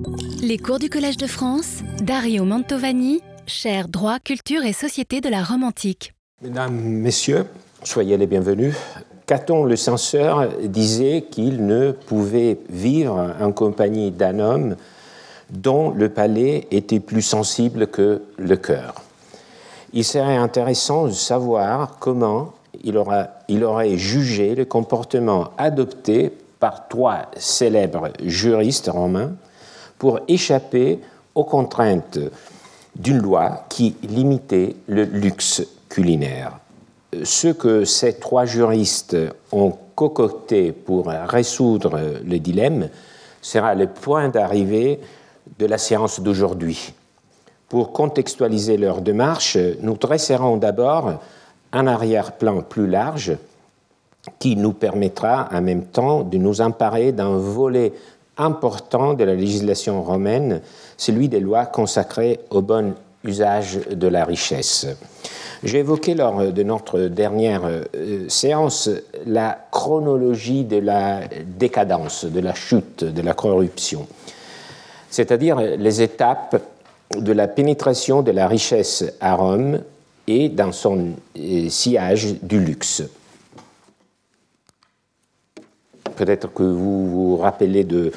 Les cours du Collège de France, Dario Mantovani, chaire Droit, Culture et Société de la Rome antique. Mesdames, Messieurs, soyez les bienvenus. Caton le censeur disait qu'il ne pouvait vivre en compagnie d'un homme dont le palais était plus sensible que le cœur. Il serait intéressant de savoir comment il aurait jugé le comportement adopté par trois célèbres juristes romains pour échapper aux contraintes d'une loi qui limitait le luxe culinaire. Ce que ces trois juristes ont concocté pour résoudre le dilemme sera le point d'arrivée de la séance d'aujourd'hui. Pour contextualiser leur démarche, nous dresserons d'abord un arrière-plan plus large qui nous permettra en même temps de nous emparer d'un volet important de la législation romaine, celui des lois consacrées au bon usage de la richesse. J'ai évoqué lors de notre dernière séance la chronologie de la décadence, de la chute, de la corruption, c'est-à-dire les étapes de la pénétration de la richesse à Rome et dans son sillage du luxe. Peut-être que vous vous rappelez de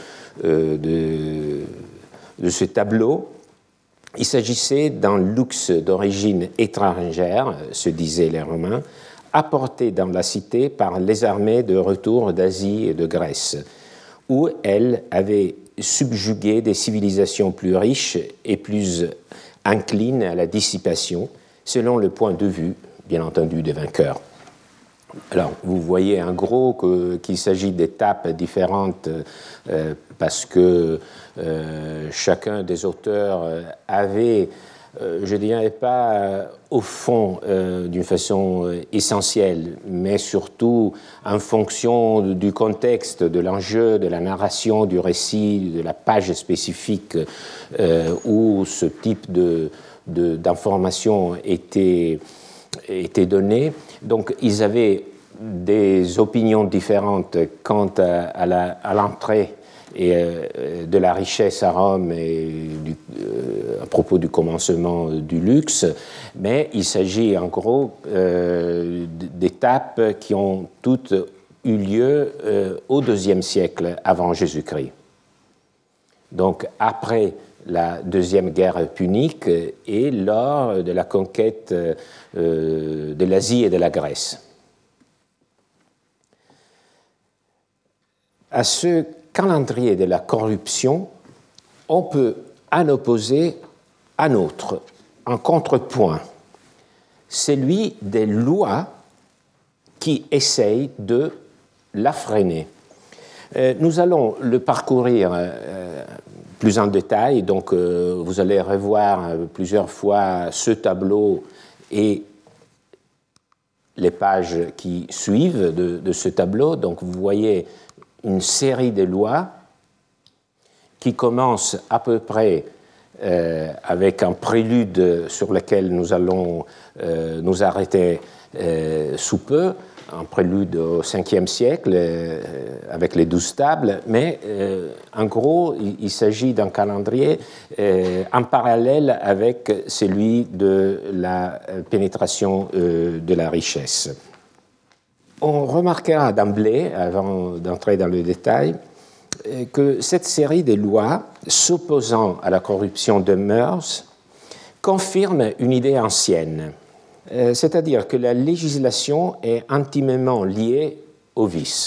ce tableau. Il s'agissait d'un luxe d'origine étrangère, se disaient les Romains, apporté dans la cité par les armées de retour d'Asie et de Grèce, où elles avaient subjugué des civilisations plus riches et plus inclines à la dissipation, selon le point de vue, bien entendu, des vainqueurs. Alors, vous voyez en gros qu'il s'agit d'étapes différentes parce que chacun des auteurs avait, je ne dirais pas au fond d'une façon essentielle, mais surtout en fonction du contexte, de l'enjeu, de la narration, du récit, de la page spécifique où ce type d'information était donné. Donc, ils avaient des opinions différentes quant à l'entrée de la richesse à Rome et à propos du commencement du luxe, mais il s'agit en gros d'étapes qui ont toutes eu lieu au IIe siècle avant Jésus-Christ. Donc, après la Deuxième Guerre punique et lors de la conquête de l'Asie et de la Grèce. À ce calendrier de la corruption, on peut en opposer un autre, un contrepoint, celui des lois qui essayent de la freiner. Nous allons le parcourir plus en détail, donc vous allez revoir plusieurs fois ce tableau et les pages qui suivent de ce tableau. Donc vous voyez une série de lois qui commence à peu près avec un prélude sur lequel nous allons nous arrêter sous peu, un prélude au Ve siècle avec les 12 tables, mais en gros, il s'agit d'un calendrier en parallèle avec celui de la pénétration de la richesse. On remarquera d'emblée, avant d'entrer dans le détail, que cette série de lois s'opposant à la corruption de mœurs confirme une idée ancienne, c'est-à-dire que la législation est intimement liée au vice.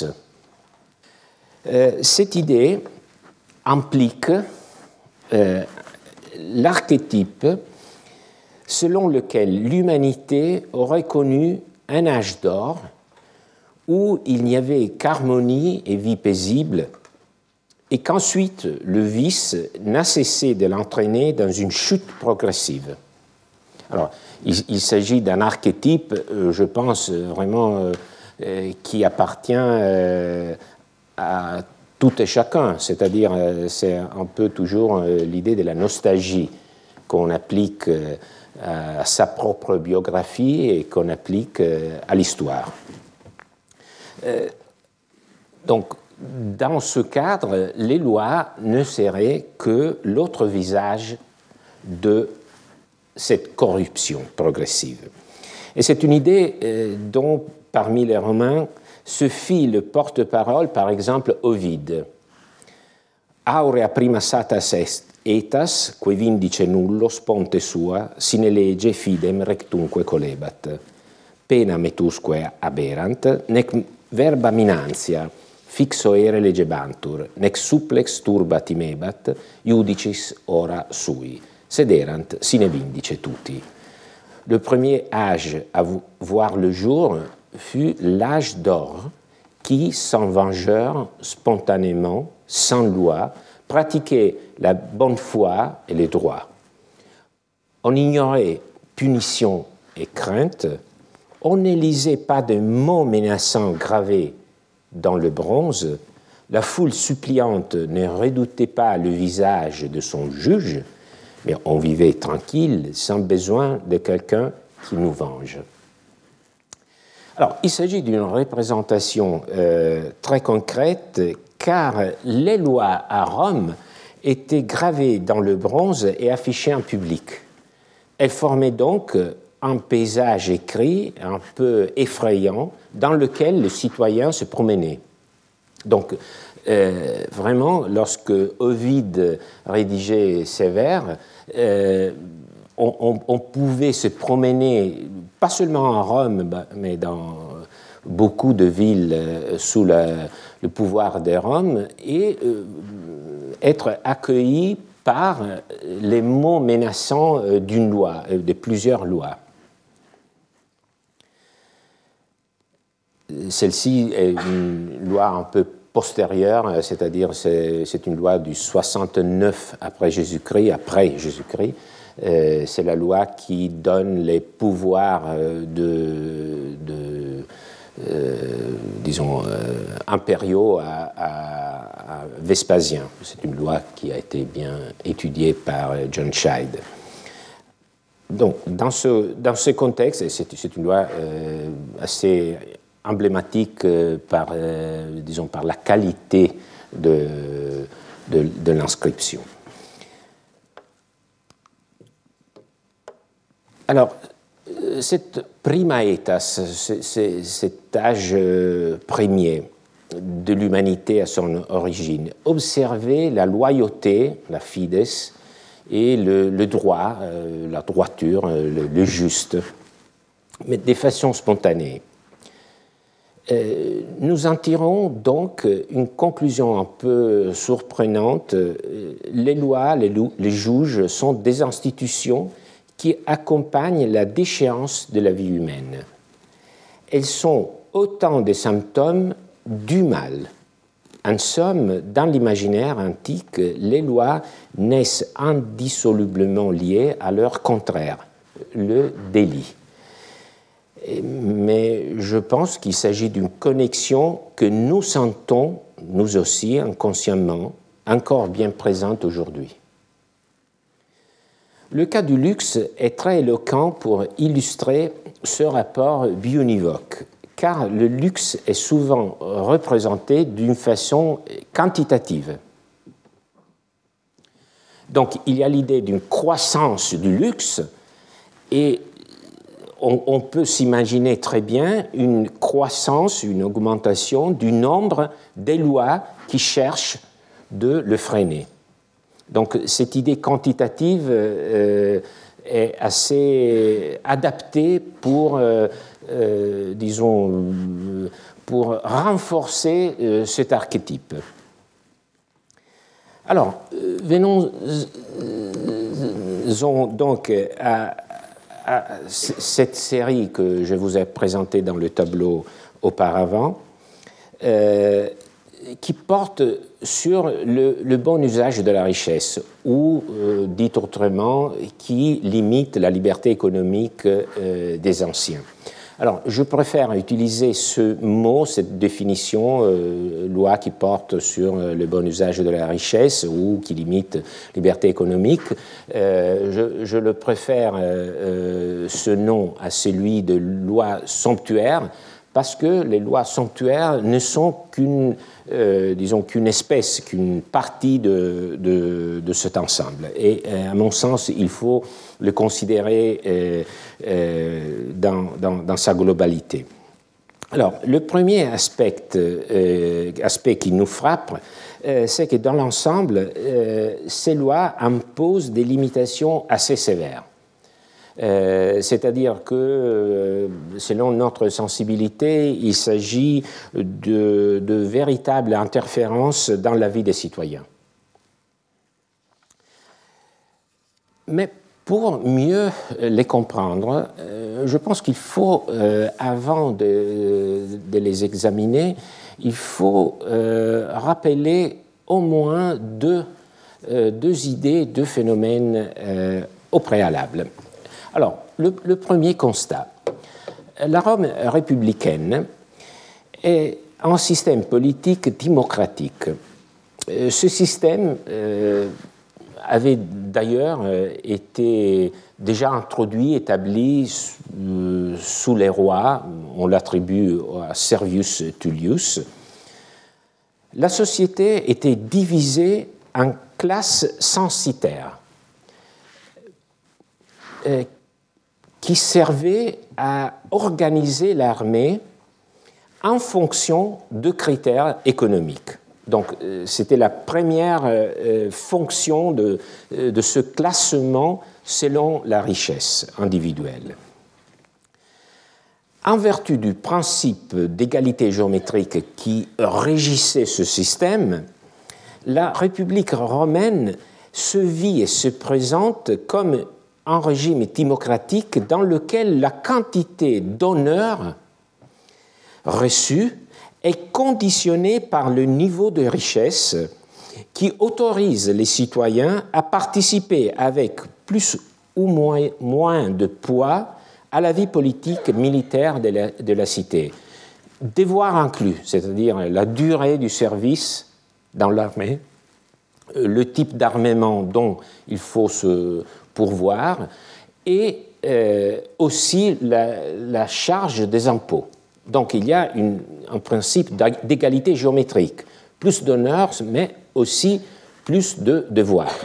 Cette idée implique l'archétype selon lequel l'humanité aurait connu un âge d'or où il n'y avait qu'harmonie et vie paisible, et qu'ensuite le vice n'a cessé de l'entraîner dans une chute progressive. Alors, il s'agit d'un archétype, je pense, vraiment qui appartient à tout et chacun, c'est-à-dire c'est un peu toujours l'idée de la nostalgie qu'on applique à sa propre biographie et qu'on applique à l'histoire. Donc, dans ce cadre, les lois ne seraient que l'autre visage de cette corruption progressive. Et c'est une idée dont, parmi les Romains, se fit le porte-parole, par exemple, Ovide. Aurea prima satas est etas, que vindice nullo sponte sua, sine lege fidem rectunque colebat. Pena metusque aberant, nec verba minantia, fixo ere legebantur, nec supplex turba timebat, iudicis ora sui. Sederant sine vindice tutti. Le premier âge à voir le jour fut l'âge d'or qui, sans vengeur, spontanément, sans loi, pratiquait la bonne foi et les droits. On ignorait punition et crainte, on ne lisait pas de mots menaçants gravés dans le bronze, la foule suppliante ne redoutait pas le visage de son juge, mais on vivait tranquille, sans besoin de quelqu'un qui nous venge. Alors, il s'agit d'une représentation très concrète, car les lois à Rome étaient gravées dans le bronze et affichées en public. Elles formaient donc un paysage écrit un peu effrayant dans lequel le citoyen se promenait. Donc, vraiment, lorsque Ovide rédigeait ses vers, on pouvait se promener, pas seulement à Rome, mais dans beaucoup de villes sous le pouvoir de Rome, et être accueilli par les mots menaçants d'une loi, de plusieurs lois. Celle-ci est une loi un peu postérieure, c'est-à-dire c'est une loi du 69 après Jésus-Christ, c'est la loi qui donne les pouvoirs impériaux à Vespasien. C'est une loi qui a été bien étudiée par John Scheid. Donc, dans ce contexte, et c'est une loi assez emblématique par la qualité de l'inscription. Alors, cette prima etas, cet âge premier de l'humanité à son origine, observait la loyauté, la fides, et le droit, la droiture, le juste, mais de façon spontanée. Nous en tirons donc une conclusion un peu surprenante. Les lois, les juges sont des institutions qui accompagnent la déchéance de la vie humaine. Elles sont autant des symptômes du mal. En somme, dans l'imaginaire antique, les lois naissent indissolublement liées à leur contraire, le délit. Mais je pense qu'il s'agit d'une connexion que nous sentons, nous aussi, inconsciemment, encore bien présente aujourd'hui. Le cas du luxe est très éloquent pour illustrer ce rapport bionivoque, car le luxe est souvent représenté d'une façon quantitative. Donc, il y a l'idée d'une croissance du luxe et on peut s'imaginer très bien une croissance, une augmentation du nombre des lois qui cherchent de le freiner. Donc cette idée quantitative est assez adaptée pour renforcer cet archétype. Alors, venons donc à cette série que je vous ai présentée dans le tableau auparavant, qui porte sur le bon usage de la richesse, ou, dit autrement, qui limite la liberté économique des anciens. Alors, je préfère utiliser ce mot, cette définition, loi qui porte sur le bon usage de la richesse ou qui limite la liberté économique. Je le préfère ce nom à celui de loi somptuaire parce que les lois sanctuaires ne sont qu'une espèce, qu'une partie de cet ensemble. Et à mon sens, il faut le considérer dans sa globalité. Alors, le premier aspect qui nous frappe, c'est que dans l'ensemble, ces lois imposent des limitations assez sévères. C'est-à-dire que, selon notre sensibilité, il s'agit de véritables interférences dans la vie des citoyens. Mais pour mieux les comprendre, je pense qu'il faut, avant de les examiner, il faut rappeler au moins deux idées, deux phénomènes au préalable. Alors, le premier constat. La Rome républicaine est un système politique démocratique. Ce système avait d'ailleurs été déjà introduit, établi sous les rois. On l'attribue à Servius Tullius. La société était divisée en classes censitaires qui servaient à organiser l'armée en fonction de critères économiques. Donc, c'était la première fonction de ce classement selon la richesse individuelle. En vertu du principe d'égalité géométrique qui régissait ce système, la République romaine se vit et se présente comme un régime démocratique dans lequel la quantité d'honneur reçue est conditionnée par le niveau de richesse qui autorise les citoyens à participer avec plus ou moins de poids à la vie politique militaire de la cité. Devoirs inclus, c'est-à-dire la durée du service dans l'armée, le type d'armement dont il faut se pourvoir et aussi la charge des impôts. Donc il y a un principe d'égalité géométrique, plus d'honneur, mais aussi plus de devoirs.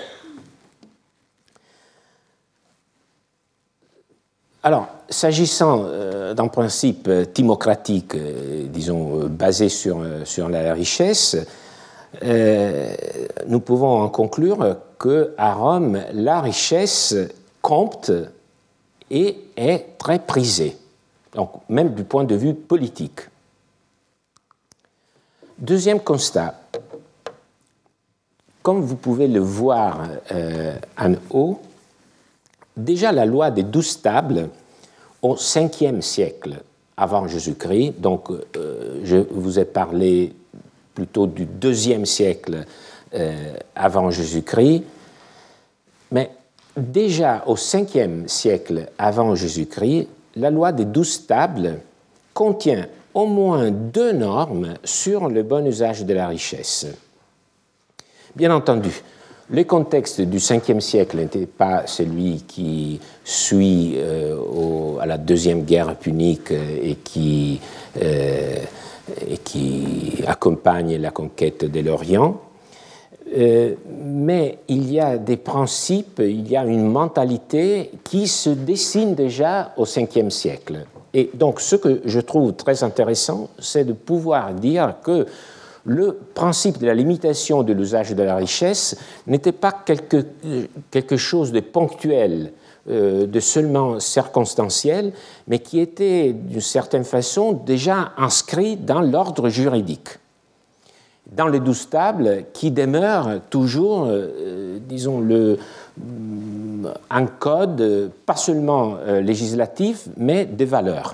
Alors, s'agissant d'un principe démocratique, disons, basé sur la richesse, nous pouvons en conclure qu'à Rome, la richesse compte et est très prisée, donc même du point de vue politique. Deuxième constat, comme vous pouvez le voir en haut, déjà la loi des 12 tables au 5e siècle avant Jésus-Christ, donc je vous ai parlé plutôt du 2e siècle avant Jésus-Christ, mais déjà au 5e siècle avant Jésus-Christ, la loi des 12 tables contient au moins 2 normes sur le bon usage de la richesse. Bien entendu, le contexte du 5e siècle n'était pas celui qui suit à la Deuxième Guerre punique et qui accompagne la conquête de l'Orient. Mais il y a des principes, il y a une mentalité qui se dessine déjà au 5e siècle. Et donc, ce que je trouve très intéressant, c'est de pouvoir dire que le principe de la limitation de l'usage de la richesse n'était pas quelque chose de ponctuel, de seulement circonstanciel, mais qui était d'une certaine façon déjà inscrit dans l'ordre juridique, dans les 12 tables qui demeurent toujours, disons, un code pas seulement législatif, mais des valeurs.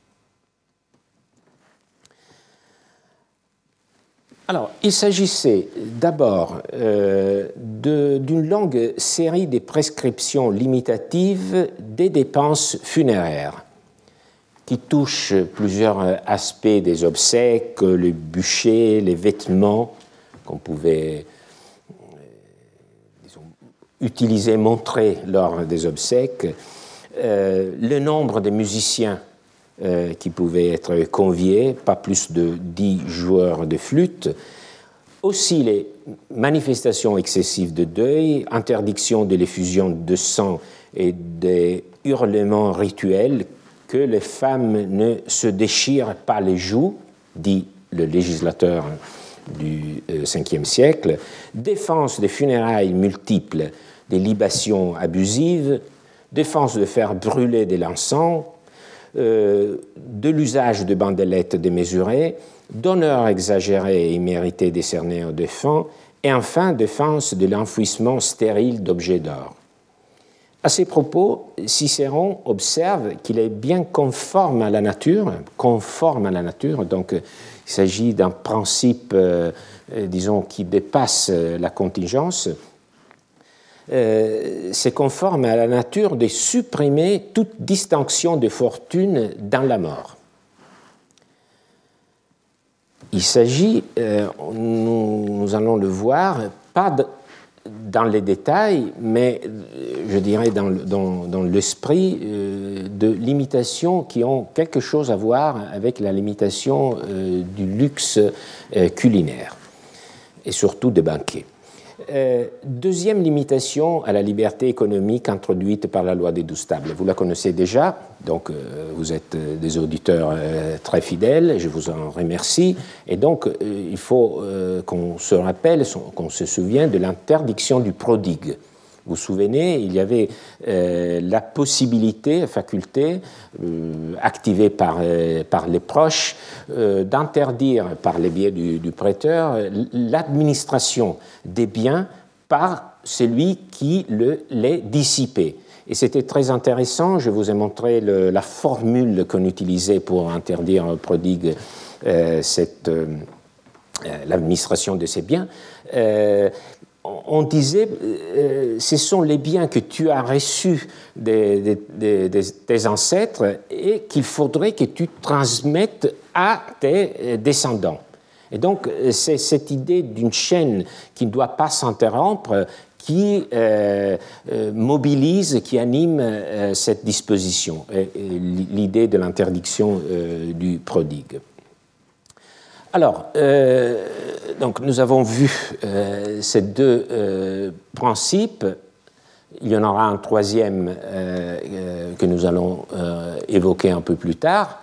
Alors, il s'agissait d'abord d'une longue série de prescriptions limitatives des dépenses funéraires qui touchent plusieurs aspects des obsèques, les bûchers, les vêtements qu'on pouvait utiliser, montrer lors des obsèques, le nombre de musiciens qui pouvaient être conviés, pas plus de 10 joueurs de flûte. Aussi les manifestations excessives de deuil, interdiction de l'effusion de sang et des hurlements rituels, que les femmes ne se déchirent pas les joues, dit le législateur du Ve siècle, défense des funérailles multiples, des libations abusives, défense de faire brûler de l'encens, de l'usage de bandelettes démesurées, d'honneurs exagérés et immérités décernés aux défunts, et enfin défense de l'enfouissement stérile d'objets d'or. À ces propos, Cicéron observe qu'il est bien conforme à la nature, donc il s'agit d'un principe, disons, qui dépasse la contingence. C'est conforme à la nature de supprimer toute distinction de fortune dans la mort. Il s'agit, nous allons le voir, pas dans les détails, mais je dirais dans l'esprit de limitations qui ont quelque chose à voir avec la limitation du luxe culinaire et surtout des banquets. Deuxième limitation à la liberté économique introduite par la loi des 12 tables. Vous la connaissez déjà, donc vous êtes des auditeurs très fidèles, je vous en remercie. Et donc, il faut qu'on se rappelle, qu'on se souvienne de l'interdiction du prodigue. Vous vous souvenez, il y avait la possibilité, la faculté activée par les proches d'interdire par les biais du prêteur l'administration des biens par celui qui les dissipait. Et c'était très intéressant, je vous ai montré la formule qu'on utilisait pour interdire au prodigue l'administration de ces biens. On disait, ce sont les biens que tu as reçus des ancêtres et qu'il faudrait que tu transmettes à tes descendants. Et donc, c'est cette idée d'une chaîne qui ne doit pas s'interrompre qui mobilise, qui anime cette disposition, l'idée de l'interdiction du prodigue. Alors, donc nous avons vu ces deux principes. Il y en aura un troisième que nous allons évoquer un peu plus tard.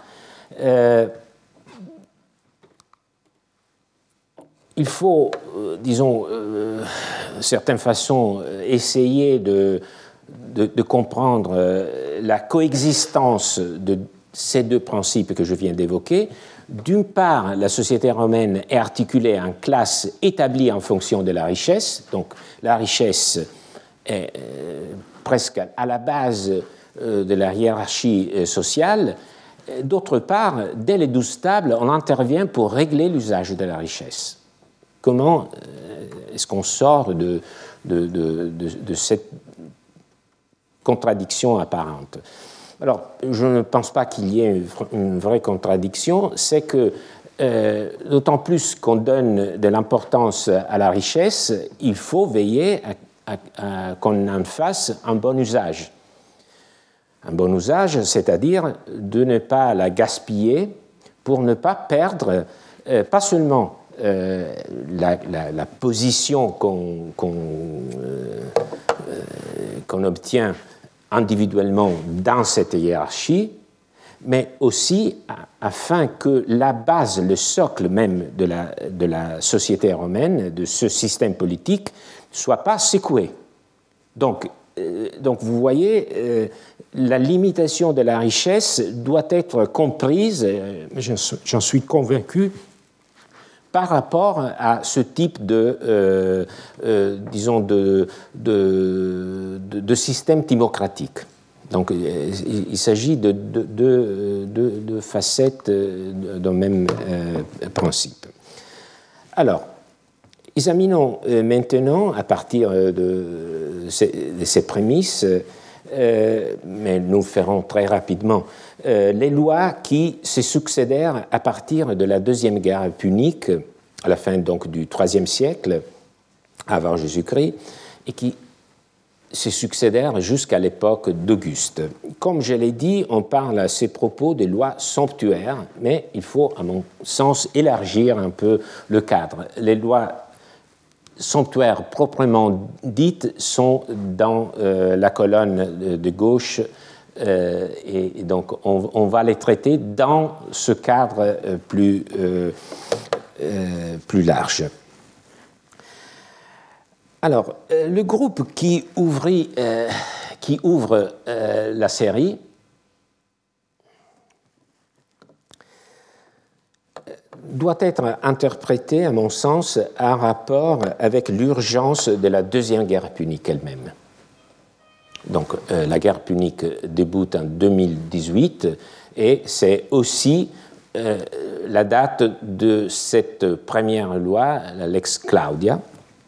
Il faut, disons, certaines façons, essayer de comprendre la coexistence de ces deux principes que je viens d'évoquer. D'une part, la société romaine est articulée en classes établies en fonction de la richesse. Donc, la richesse est presque à la base de la hiérarchie sociale. D'autre part, dès les 12 tables, on intervient pour régler l'usage de la richesse. Comment est-ce qu'on sort de cette contradiction apparente ? Alors, je ne pense pas qu'il y ait une vraie contradiction, c'est que, d'autant plus qu'on donne de l'importance à la richesse, il faut veiller à qu'on en fasse un bon usage. Un bon usage, c'est-à-dire de ne pas la gaspiller pour ne pas perdre, pas seulement la position qu'on obtient individuellement dans cette hiérarchie, mais aussi afin que la base, le socle même de la société romaine, de ce système politique, ne soit pas secoué. Donc vous voyez, la limitation de la richesse doit être comprise, j'en suis convaincu, par rapport à ce type disons, de système timocratique. Donc, il s'agit de deux facettes d'un même principe. Alors, examinons maintenant, à partir de ces prémices, mais nous ferons très rapidement, les lois qui se succédèrent à partir de la Deuxième Guerre punique, à la fin donc du IIIe siècle, avant Jésus-Christ, et qui se succédèrent jusqu'à l'époque d'Auguste. Comme je l'ai dit, on parle à ces propos des lois somptuaires, mais il faut, à mon sens, élargir un peu le cadre. Les lois somptuaires proprement dites sont dans la colonne de gauche, et donc on va les traiter dans ce cadre plus large. Alors, le groupe qui ouvre la série doit être interprété, à mon sens, en rapport avec l'urgence de la Deuxième Guerre punique elle-même. Donc, la guerre punique débute en 2018 et c'est aussi la date de cette première loi, la Lex Claudia,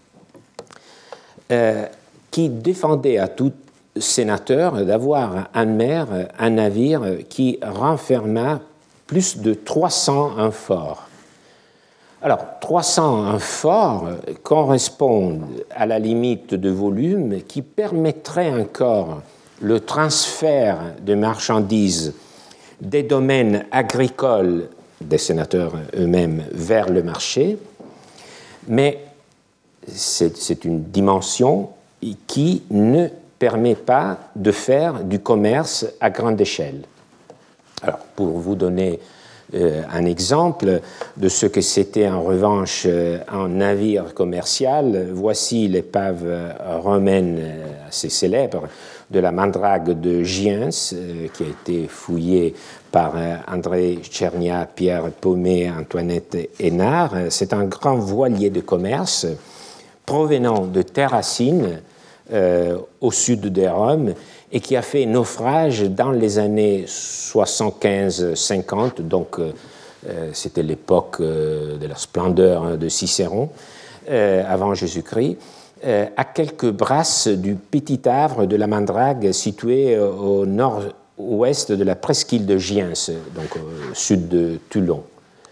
qui défendait à tout sénateur d'avoir en mer un navire qui renferma plus de 300 amphores. Alors, 300 amphores correspondent à la limite de volume qui permettrait encore le transfert de marchandises des domaines agricoles des sénateurs eux-mêmes vers le marché, mais c'est une dimension qui ne permet pas de faire du commerce à grande échelle. Alors, pour vous donner un exemple de ce que c'était en revanche un navire commercial, voici l'épave romaine assez célèbre de la Mandrague de Giens, qui a été fouillée par André Tchernia, Pierre Paumet, Antoinette Hénard. C'est un grand voilier de commerce provenant de Terracine, au sud de Rome, et qui a fait naufrage dans les années 75-50, donc c'était l'époque de la splendeur de Cicéron, avant Jésus-Christ, à quelques brasses du petit havre de la Mandrague situé au nord-ouest de la presqu'île de Giens, donc au sud de Toulon.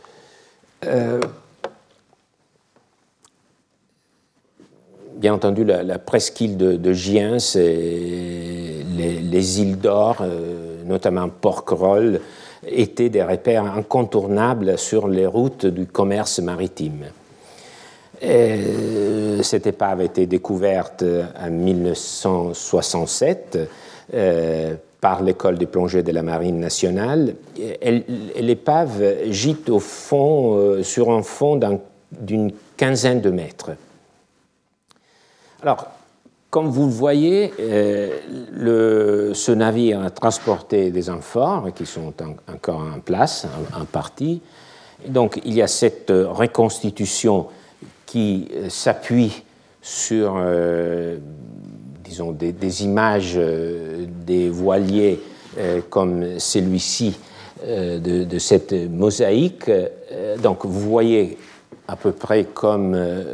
Bien entendu, la presqu'île de Giens et les îles d'Or, notamment Porquerolles, étaient des repères incontournables sur les routes du commerce maritime. Cette épave a été découverte en 1967 par l'école de plongée de la Marine nationale. L'épave gîte au fond, sur un fond d'une quinzaine de mètres. Alors, comme vous le voyez, ce navire a transporté des amphores qui sont encore en place, en partie. Donc, il y a cette reconstitution qui s'appuie sur, disons, des images des voiliers comme celui-ci de cette mosaïque. Donc, vous voyez à peu près comme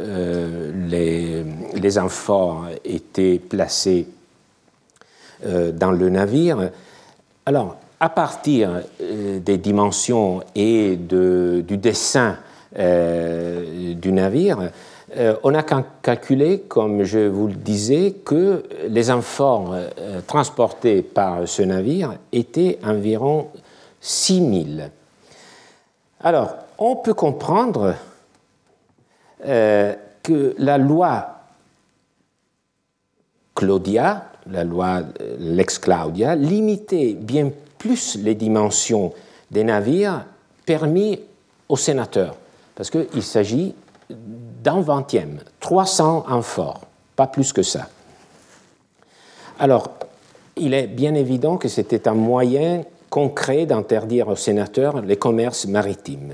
les amphores étaient placés dans le navire. Alors, à partir des dimensions et du dessin du navire, on a calculé, comme je vous le disais, que les amphores transportés par ce navire étaient environ 6000. Alors, on peut comprendre que la loi Claudia, la loi Lex Claudia, limitait bien plus les dimensions des navires permis aux sénateurs, parce qu'il s'agit d'un 20e, 300 amphores, pas plus que ça. Alors, il est bien évident que c'était un moyen concret d'interdire aux sénateurs les commerces maritimes.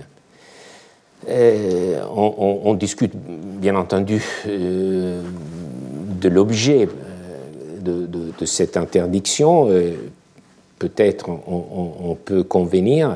On discute bien entendu de l'objet de cette interdiction. Peut-être on peut convenir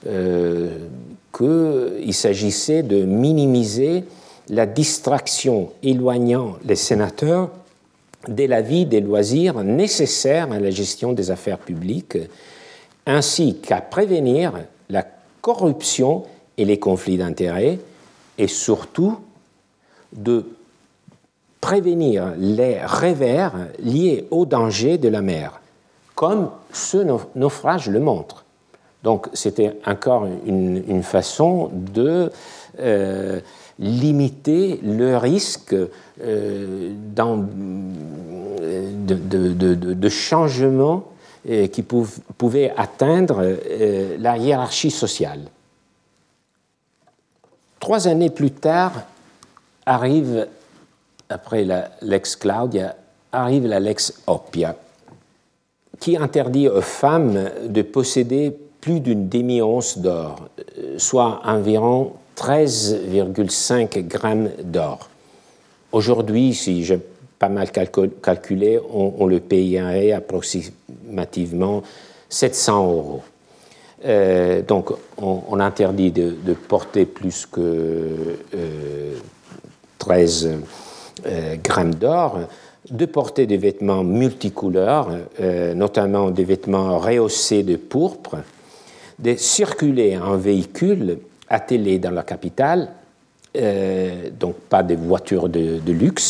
qu'il s'agissait de minimiser la distraction éloignant les sénateurs de la vie des loisirs nécessaires à la gestion des affaires publiques, ainsi qu'à prévenir la corruption et les conflits d'intérêts, et surtout de prévenir les revers liés au danger de la mer, comme ce naufrage le montre. Donc c'était encore une façon de limiter le risque de changement qui pouvait atteindre la hiérarchie sociale. 3 années plus tard, après la Lex Claudia, arrive la Lex Oppia, qui interdit aux femmes de posséder plus d'une demi-once d'or, soit environ 13,5 grammes d'or. Aujourd'hui, si j'ai pas mal calculé, on le payerait approximativement 700 €. Donc, on interdit de porter plus que 13 grammes d'or, de porter des vêtements multicouleurs, notamment des vêtements rehaussés de pourpre, de circuler en véhicule attelé dans la capitale, donc pas des voitures de luxe,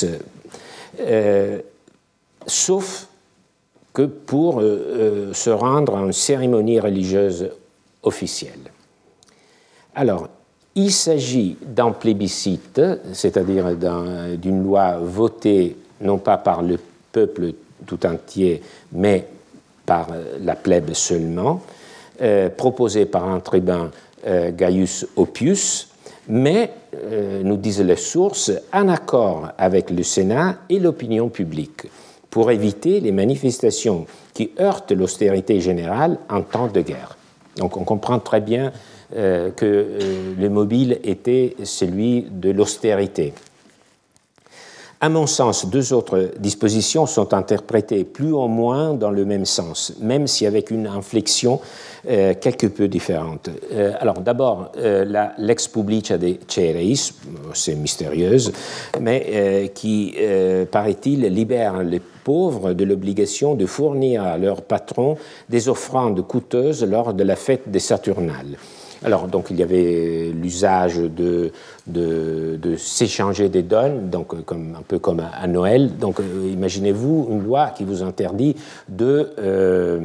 sauf que pour se rendre à une cérémonie religieuse officielle. Alors, il s'agit d'un plébiscite, c'est-à-dire d'une loi votée non pas par le peuple tout entier, mais par la plèbe seulement, proposée par un tribun Gaius Oppius, mais, nous disent les sources, en accord avec le Sénat et l'opinion publique, pour éviter les manifestations qui heurtent l'austérité générale en temps de guerre. Donc on comprend très bien que le mobile était celui de l'austérité. À mon sens, 2 autres dispositions sont interprétées plus ou moins dans le même sens, même si avec une inflexion quelque peu différente. Alors d'abord, la Lex Publicia de Cereis, c'est mystérieuse, mais qui, paraît-il, libère les pauvres de l'obligation de fournir à leur patron des offrandes coûteuses lors de la fête des Saturnales. Alors, donc, il y avait l'usage de s'échanger des dons, donc un peu comme à Noël. Donc, imaginez-vous une loi qui vous interdit de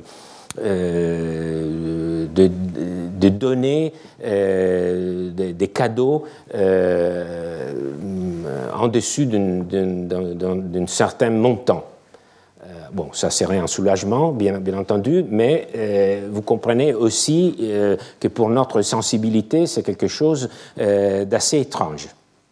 donner des cadeaux en dessus d'un certain montant. Bon, ça serait un soulagement, bien entendu, mais vous comprenez aussi que pour notre sensibilité, c'est quelque chose d'assez étrange.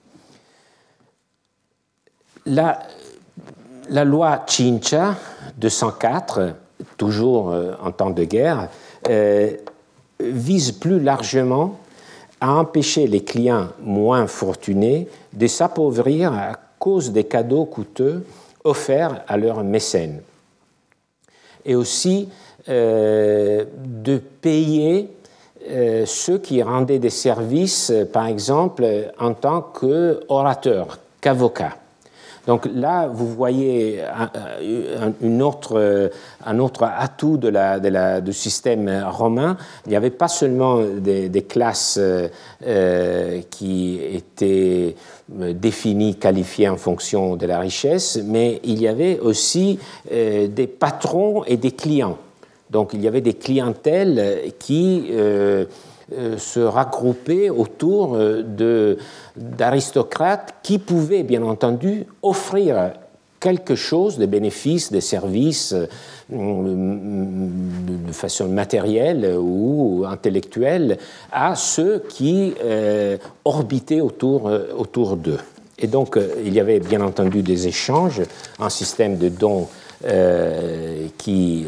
La loi Cincha 204, toujours en temps de guerre, vise plus largement à empêcher les clients moins fortunés de s'appauvrir à cause des cadeaux coûteux offerts à leurs mécènes, et aussi de payer ceux qui rendaient des services, par exemple, en tant qu'orateurs, qu'avocats. Donc là, vous voyez un autre atout du système romain. Il n'y avait pas seulement des classes qui étaient définies, qualifiées en fonction de la richesse, mais il y avait aussi des patrons et des clients. Donc il y avait des clientèles qui se regroupaient autour d'aristocrates qui pouvaient, bien entendu, offrir quelque chose de bénéfices, de services de façon matérielle ou intellectuelle à ceux qui orbitaient autour d'eux. Et donc, il y avait bien entendu des échanges, un système de dons qui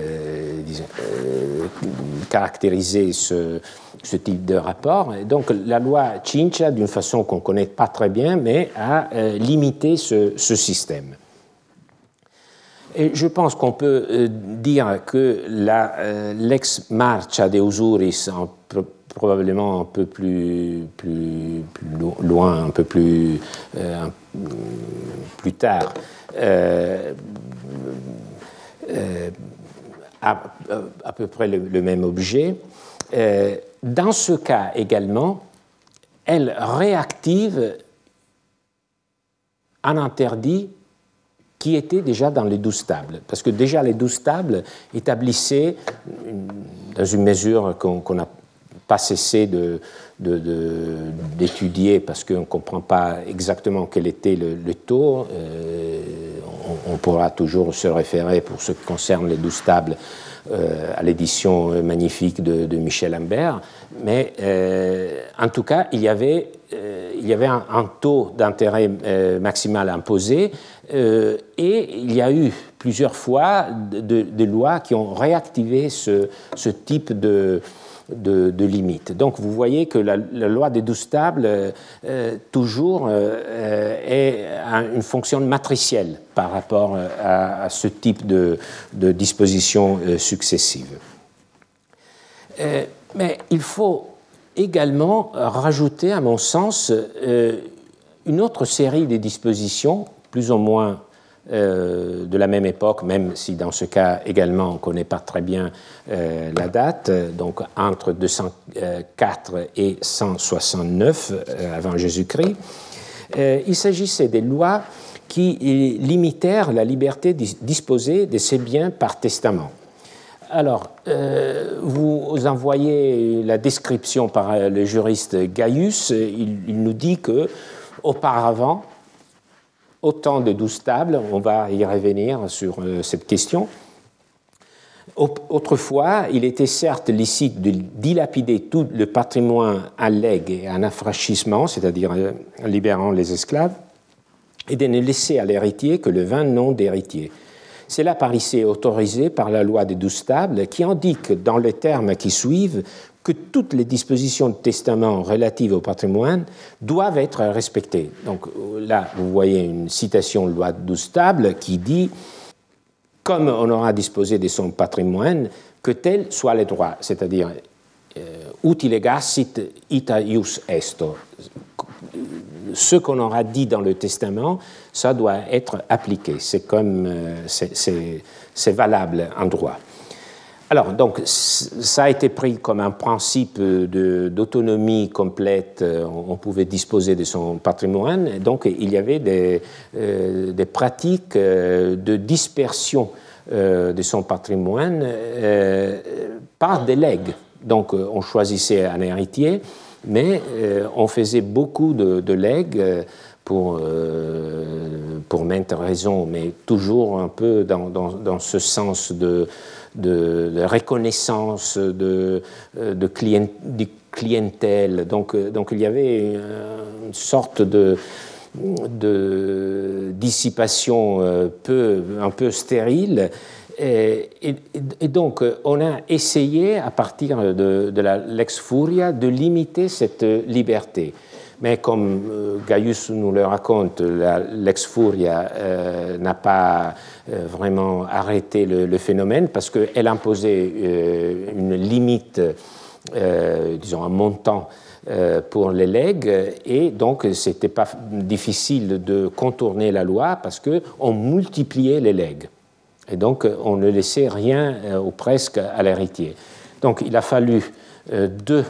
caractérisait ce type de rapport. Et donc la loi Cincha, d'une façon qu'on ne connaît pas très bien, mais a limité ce système. Et je pense qu'on peut dire que la Lex Marcia de Usuris, probablement un peu plus loin, un peu plus tard, à peu près le même objet. Dans ce cas également, elle réactive un interdit qui était déjà dans les 12 tables. Parce que déjà les 12 tables établissaient, dans une mesure qu'on n'a pas cessé d'étudier parce qu'on ne comprend pas exactement quel était le taux, on pourra toujours se référer pour ce qui concerne les 12 tables à l'édition magnifique de Michel Imbert, mais en tout cas, il y avait un taux d'intérêt maximal imposé et il y a eu plusieurs fois des lois qui ont réactivé ce type de limite. Donc vous voyez que la loi des 12 tables toujours une fonction matricielle par rapport à ce type de dispositions successives. Mais il faut également rajouter, à mon sens, une autre série de dispositions, plus ou moins de la même époque, même si dans ce cas également on ne connaît pas très bien la date, donc entre 204 et 169 avant Jésus-Christ. Il s'agissait des lois qui limitèrent la liberté de disposer de ses biens par testament. Alors, vous envoyez la description par le juriste Gaius, il nous dit que auparavant, au temps de 12 tables, on va y revenir sur cette question. Autrefois, il était certes licite de dilapider tout le patrimoine en legs et en affranchissement, c'est-à-dire en libérant les esclaves, et de ne laisser à l'héritier que le 20 noms d'héritier. Cela paraissait autorisé par la loi des 12 tables qui indique dans les termes qui suivent que toutes les dispositions de testament relatives au patrimoine doivent être respectées. Donc là, vous voyez une citation de loi de 12 tables qui dit « Comme on aura disposé de son patrimoine, que tels soient les droits, c'est-à-dire utile gassit ita ius esto ». Ce qu'on aura dit dans le testament, ça doit être appliqué. C'est valable en droit. Alors, donc, ça a été pris comme un principe d'autonomie complète. On pouvait disposer de son patrimoine. Donc, il y avait des pratiques de dispersion de son patrimoine par des legs. Donc, on choisissait un héritier, mais on faisait beaucoup de legs pour maintes raisons, mais toujours un peu dans ce sens de reconnaissance de clientèle. Donc il y avait une sorte de dissipation un peu stérile. Et donc, on a essayé, à partir de la Lex Furia, de limiter cette liberté. Mais comme Gaius nous le raconte, la Lex Furia n'a pas vraiment arrêté le phénomène parce qu'elle imposait une limite, disons un montant pour les legs, et donc c'était pas difficile de contourner la loi parce qu'on multipliait les legs. Et donc, on ne laissait rien ou presque à l'héritier. Donc, il a fallu deux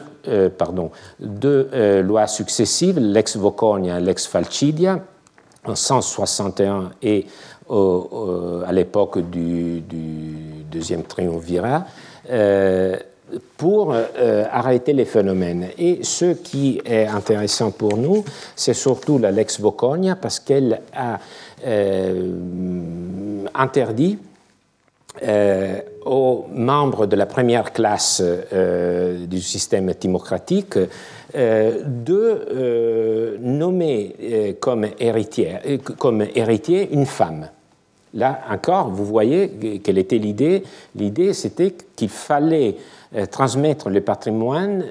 lois successives, l'ex Voconia et l'ex Falcidia, en 161 et à l'époque du deuxième triumvirat, pour arrêter les phénomènes. Et ce qui est intéressant pour nous, c'est surtout la Lex Voconia, parce qu'elle a interdit aux membres de la première classe du système démocratique de nommer comme héritier une femme. Là encore, vous voyez quelle était l'idée. L'idée, c'était qu'il fallait transmettre le patrimoine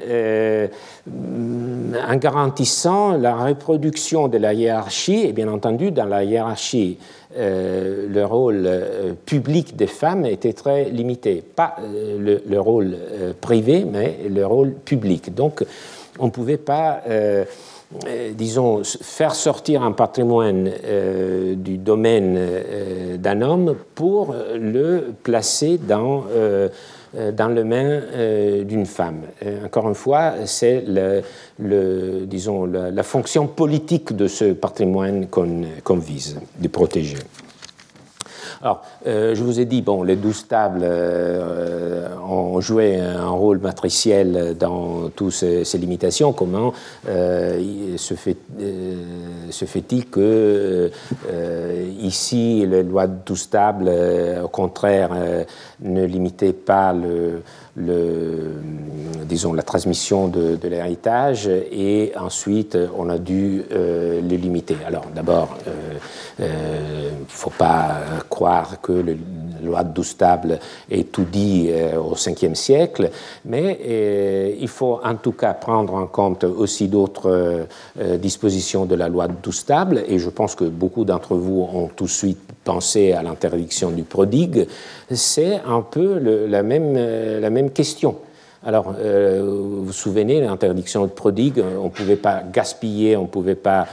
en garantissant la reproduction de la hiérarchie, et bien entendu, dans la hiérarchie, le rôle public des femmes était très limité. Pas le rôle privé, mais le rôle public. Donc, on ne pouvait pas... disons, faire sortir un patrimoine du domaine d'un homme pour le placer dans dans les mains d'une femme. Encore une fois, c'est disons, la fonction politique de ce patrimoine qu'on vise, de protéger. Alors, je vous ai dit, bon, les 12 tables ont joué un rôle matriciel dans toutes ces limitations. Comment se fait-il que ici, les lois de 12 tables, au contraire, ne limitaient pas disons, la transmission de l'héritage, et ensuite on a dû les limiter. Alors d'abord, il ne faut pas croire que la loi de 12 tables ait tout dit au Ve siècle, mais il faut en tout cas prendre en compte aussi d'autres dispositions de la loi de 12 tables, et je pense que beaucoup d'entre vous ont tout de suite pensé à l'interdiction du prodigue. C'est un peu la même question. Alors, vous vous souvenez, l'interdiction de prodigue, on ne pouvait pas gaspiller, on ne pouvait pas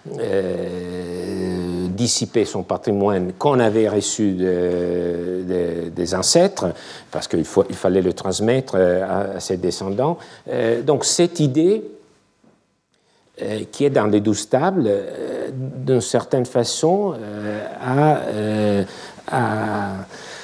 dissiper son patrimoine qu'on avait reçu des ancêtres, parce qu'il fallait le transmettre à ses descendants. Donc, cette idée qui est dans les 12 tables, d'une certaine façon, a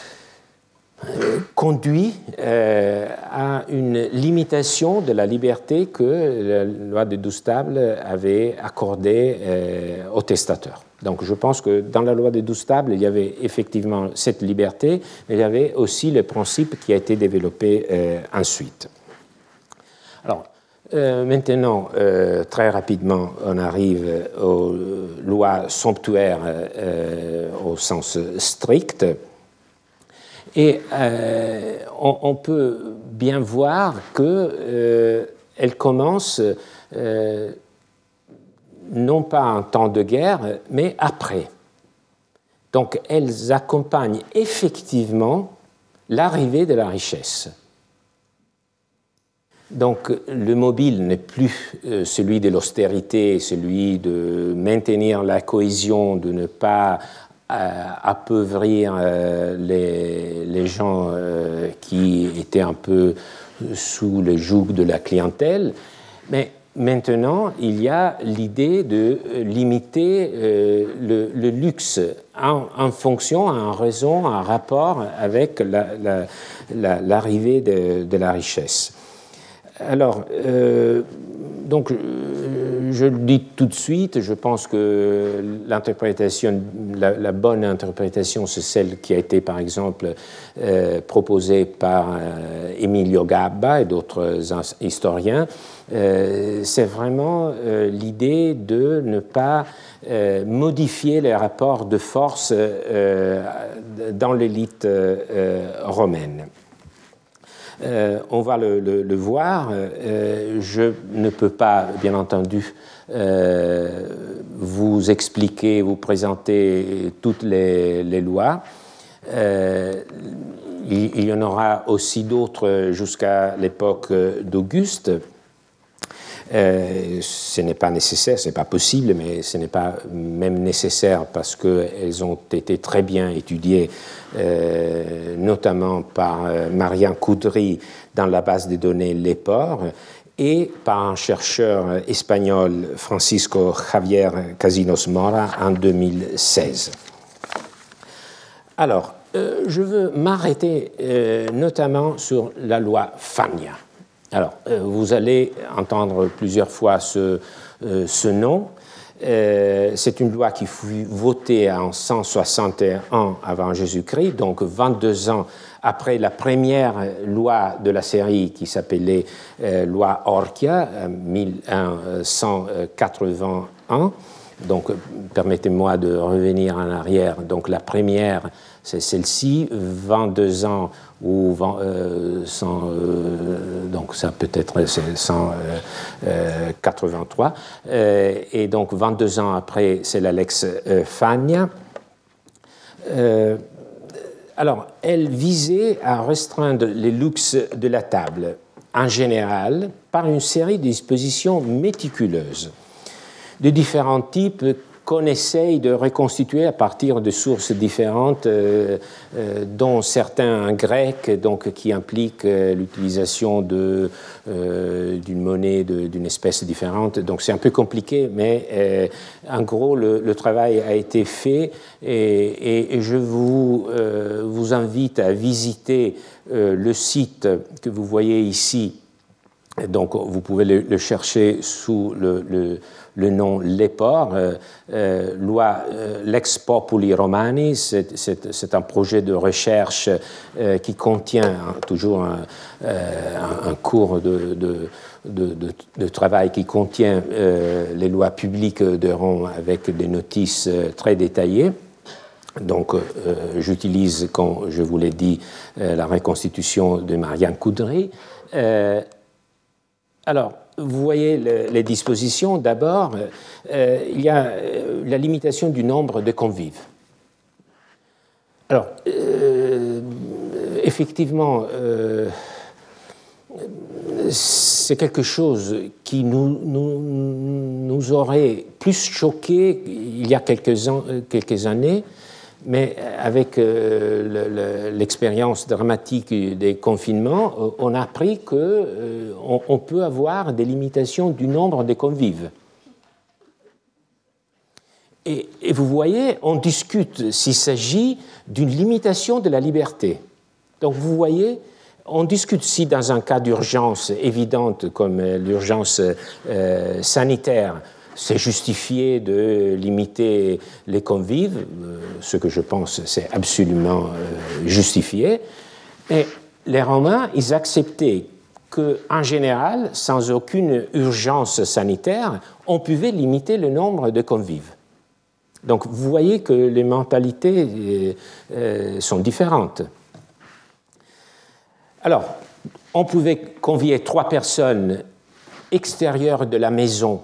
conduit à une limitation de la liberté que la loi des 12 tables avait accordée aux testateurs. Donc je pense que dans la loi des 12 tables, il y avait effectivement cette liberté, mais il y avait aussi le principe qui a été développé ensuite. Alors, maintenant, très rapidement, on arrive aux lois somptuaires au sens strict. Et on peut bien voir qu'elles commencent non pas en temps de guerre, mais après. Donc elles accompagnent effectivement l'arrivée de la richesse. Donc le mobile n'est plus celui de l'austérité, celui de maintenir la cohésion, de ne pas appauvrir les gens qui étaient un peu sous le joug de la clientèle. Mais maintenant, il y a l'idée de limiter le luxe en fonction, en raison, en rapport avec l'arrivée de la richesse. Alors, donc, je le dis tout de suite, je pense que l'interprétation, la bonne interprétation, c'est celle qui a été, par exemple, proposée par Emilio Gabba et d'autres historiens. C'est vraiment l'idée de ne pas modifier les rapports de force dans l'élite romaine. On va le voir. Je ne peux pas, bien entendu, vous expliquer, vous présenter toutes les lois. Il y en aura aussi d'autres jusqu'à l'époque d'Auguste. Ce n'est pas nécessaire, ce n'est pas possible, mais ce n'est pas même nécessaire parce qu'elles ont été très bien étudiées, notamment par Marian Coudry dans la base de données Lepore et par un chercheur espagnol, Francisco Javier Casinos Mora, en 2016. Alors, je veux m'arrêter notamment sur la loi Fania. Alors, vous allez entendre plusieurs fois ce nom. C'est une loi qui fut votée en 161 avant Jésus-Christ, donc 22 ans après la première loi de la série qui s'appelait loi Orcia, 1181. Donc, permettez-moi de revenir en arrière. Donc, la première, c'est celle-ci, 22 ans ou donc ça peut être 183. Et donc, 22 ans après, c'est la Lex Fania. Alors, elle visait à restreindre les luxes de la table, en général, par une série de dispositions méticuleuses, de différents types qu'on essaye de reconstituer à partir de sources différentes, dont certains grecs, donc, qui impliquent l'utilisation d'une monnaie d'une espèce différente. Donc c'est un peu compliqué, mais en gros, le travail a été fait et je vous invite à visiter le site que vous voyez ici. Donc, vous pouvez le chercher sous le nom Lepore, Lex Populi Romani. C'est un projet de recherche qui contient toujours un cours de travail qui contient les lois publiques de Rome avec des notices très détaillées. Donc, j'utilise, comme je vous l'ai dit, la reconstitution de Marianne Coudry. Alors, vous voyez les dispositions. D'abord, il y a la limitation du nombre de convives. Alors, effectivement, c'est quelque chose qui nous aurait plus choqué il y a quelques années, mais avec l'expérience dramatique des confinements, on a appris qu'on peut avoir des limitations du nombre de convives. Et vous voyez, on discute s'il s'agit d'une limitation de la liberté. Donc vous voyez, on discute si dans un cas d'urgence évidente comme l'urgence sanitaire, c'est justifié de limiter les convives, ce que je pense c'est absolument justifié. Et les Romains, ils acceptaient qu'en général, sans aucune urgence sanitaire, on pouvait limiter le nombre de convives. Donc vous voyez que les mentalités sont différentes. Alors, on pouvait convier 3 personnes extérieures de la maison.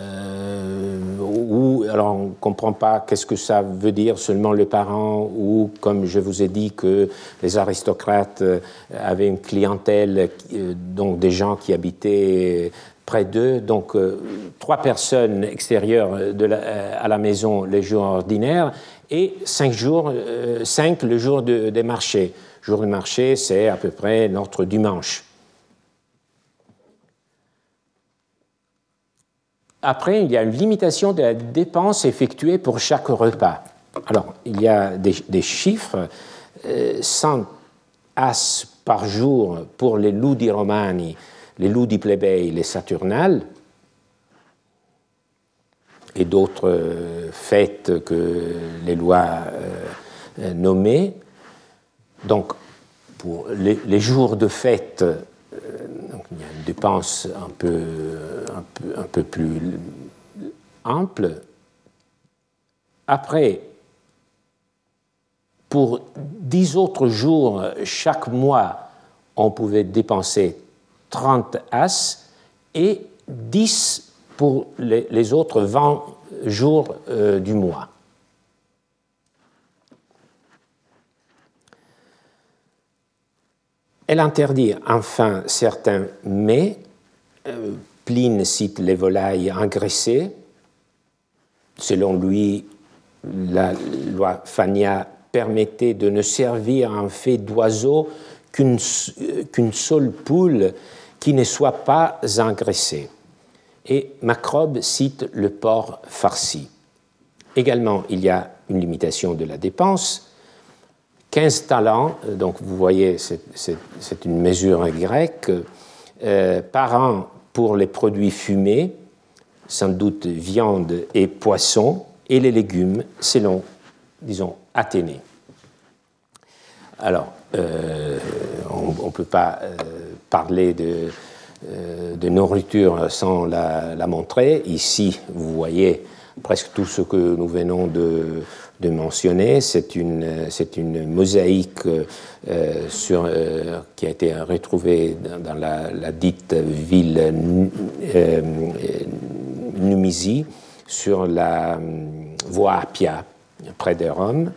Alors on ne comprend pas qu'est-ce que ça veut dire seulement le parent, ou comme je vous ai dit que les aristocrates avaient une clientèle, donc des gens qui habitaient près d'eux, donc 3 personnes extérieures à la maison les jours ordinaires et 5 le jour des marchés. Le jour du marché, c'est à peu près notre dimanche. Après, il y a une limitation de la dépense effectuée pour chaque repas. Alors, il y a des chiffres, 100 as par jour pour les ludi romani, les ludi plebei, les saturnales, et d'autres fêtes que les lois nommaient. Donc, pour les jours de fête, donc il y a une dépense un peu plus ample. Après, pour 10 autres jours chaque mois, on pouvait dépenser 30 as et 10 pour les autres 20 jours du mois. Elle interdit enfin certains mets. Pline cite les volailles engraissées. Selon lui, la loi Fania permettait de ne servir en fait d'oiseau qu'une seule poule qui ne soit pas engraissée. Et Macrobe cite le porc farci. Également, il y a une limitation de la dépense. 15 talents, donc vous voyez, c'est une mesure grecque, par an pour les produits fumés, sans doute viande et poisson, et les légumes, selon, disons, Athénée. Alors, on ne peut pas parler de nourriture sans la montrer. Ici, vous voyez presque tout ce que nous venons de mentionner. C'est une mosaïque qui a été retrouvée dans la dite ville Numisie, sur la voie Appia, près de Rome.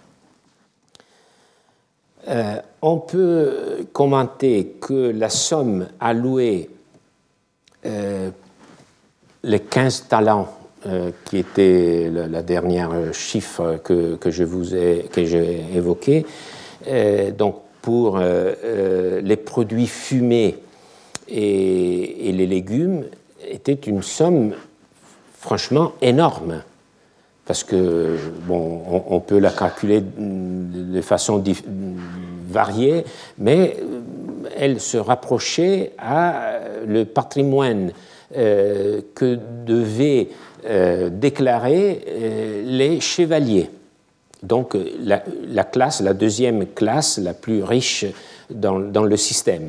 On peut commenter que la somme allouée, les 15 talents qui était la dernière chiffre que j'ai évoqué, donc pour les produits fumés et les légumes, était une somme franchement énorme. Parce que, bon, on peut la calculer de façon variée, mais elle se rapprochait à le patrimoine que devaient déclarer les chevaliers. Donc, la deuxième classe la plus riche dans le système.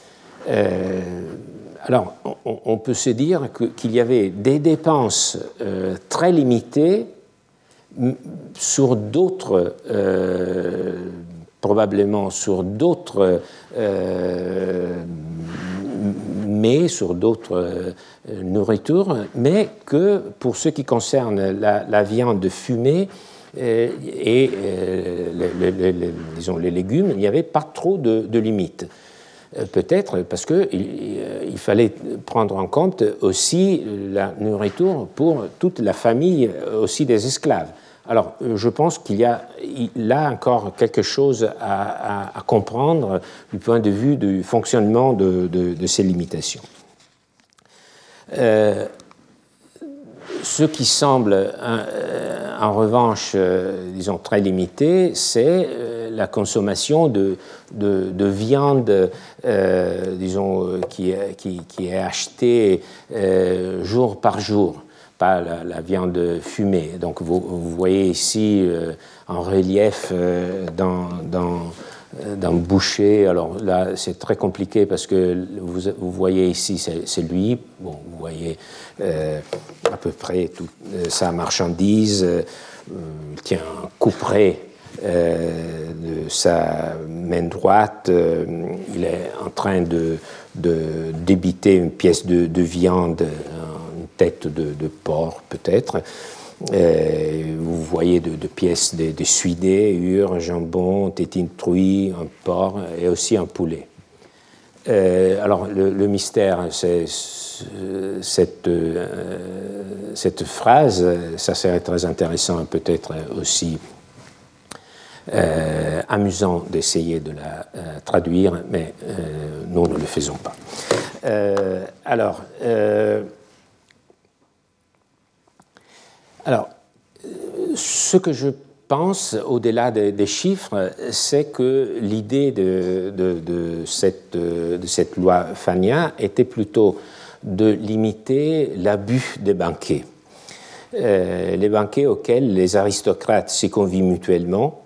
Alors, on peut se dire qu'il y avait des dépenses très limitées sur d'autres, probablement sur d'autres mets, sur d'autres nourritures, mais que pour ce qui concerne la viande fumée et disons les légumes, il n'y avait pas trop de limites. Peut-être parce qu'il fallait prendre en compte aussi la nourriture pour toute la famille aussi des esclaves. Alors, je pense qu'il y a là encore quelque chose à comprendre du point de vue du fonctionnement de ces limitations. Ce qui semble, en revanche, disons, très limité, c'est la consommation de viande, disons, qui est achetée jour par jour, pas la viande fumée. Donc, vous voyez ici en relief dans boucher. Alors là, c'est très compliqué parce que vous voyez ici, c'est lui. Bon, vous voyez à peu près toute sa marchandise. Il tient un couperet de sa main droite. Il est en train de débiter une pièce de viande, une tête de porc peut-être. Vous voyez de pièces de suidé, hure, jambon, tétine truie, un porc et aussi un poulet. Alors le mystère, c'est cette phrase, ça serait très intéressant, peut-être aussi amusant d'essayer de la traduire, mais nous ne le faisons pas. Alors, ce que je pense, au-delà des chiffres, c'est que l'idée de cette loi Fagna était plutôt de limiter l'abus des banquets. Les banquets auxquels les aristocrates se convient mutuellement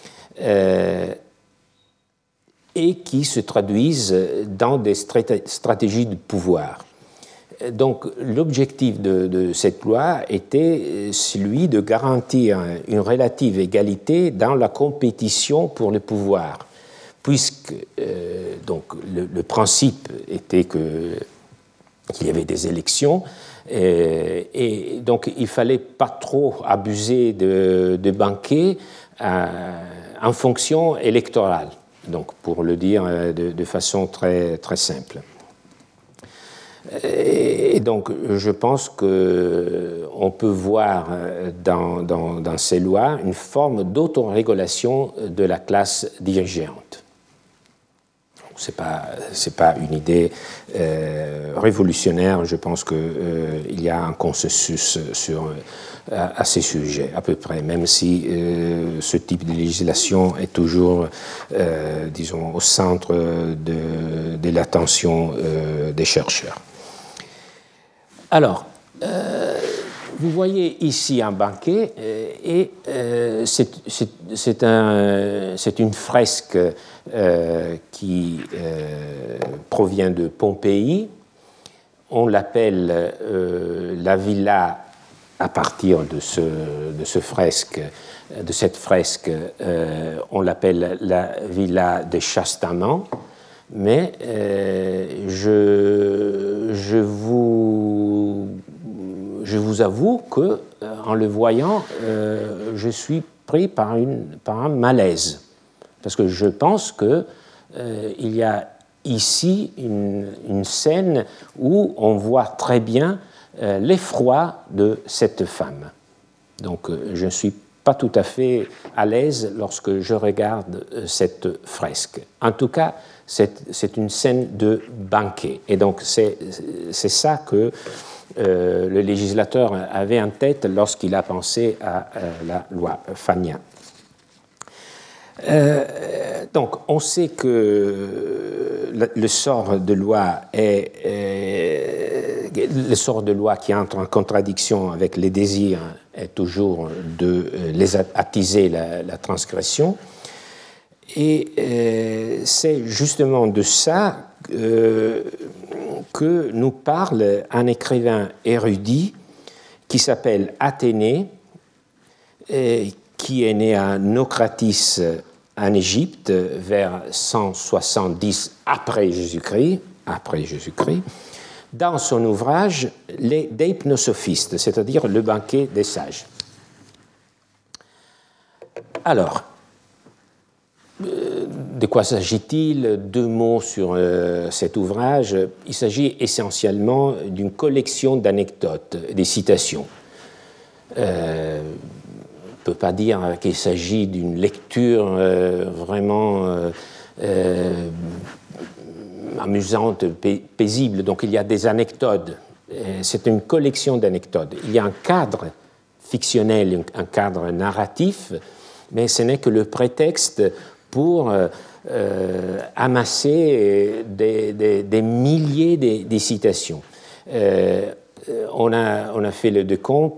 et qui se traduisent dans des stratégies de pouvoir. Donc, l'objectif de cette loi était celui de garantir une relative égalité dans la compétition pour le pouvoir, puisque donc, le principe était qu'il y avait des élections, et donc il ne fallait pas trop abuser de banquets en fonction électorale, donc, pour le dire de façon très, très simple. Et donc, je pense qu'on peut voir dans ces lois une forme d'autorégulation de la classe dirigeante. Ce n'est pas une idée révolutionnaire. Je pense qu'il y a un consensus à ces sujets, à peu près, même si ce type de législation est toujours, disons, au centre de l'attention des chercheurs. Alors, vous voyez ici un banquet et c'est une fresque qui provient de Pompéi. On l'appelle la villa à partir de cette fresque. On l'appelle la villa de Chastamant. Mais je vous avoue que, en le voyant, je suis pris par un malaise, parce que je pense que il y a ici une scène où on voit très bien l'effroi de cette femme. Donc je ne suis pas tout à fait à l'aise lorsque je regarde cette fresque. En tout cas, c'est une scène de banquet. Et donc c'est ça que le législateur avait en tête lorsqu'il a pensé à la loi Fania. Donc, on sait que le sort de loi le sort de loi qui entre en contradiction avec les désirs est toujours de les attiser la transgression. Et c'est justement de ça que nous parle un écrivain érudit qui s'appelle Athénée, qui est né à Naucratis en Égypte vers 170 après Jésus-Christ, dans son ouvrage Les Deipnosophistes, c'est-à-dire le banquet des sages. Alors, de quoi s'agit-il? 2 mots sur cet ouvrage. Il s'agit essentiellement d'une collection d'anecdotes, des citations. On ne peut pas dire qu'il s'agit d'une lecture vraiment amusante, paisible. Donc il y a des anecdotes. C'est une collection d'anecdotes. Il y a un cadre fictionnel, un cadre narratif, mais ce n'est que le prétexte pour amasser des milliers de citations. On a fait le décompte,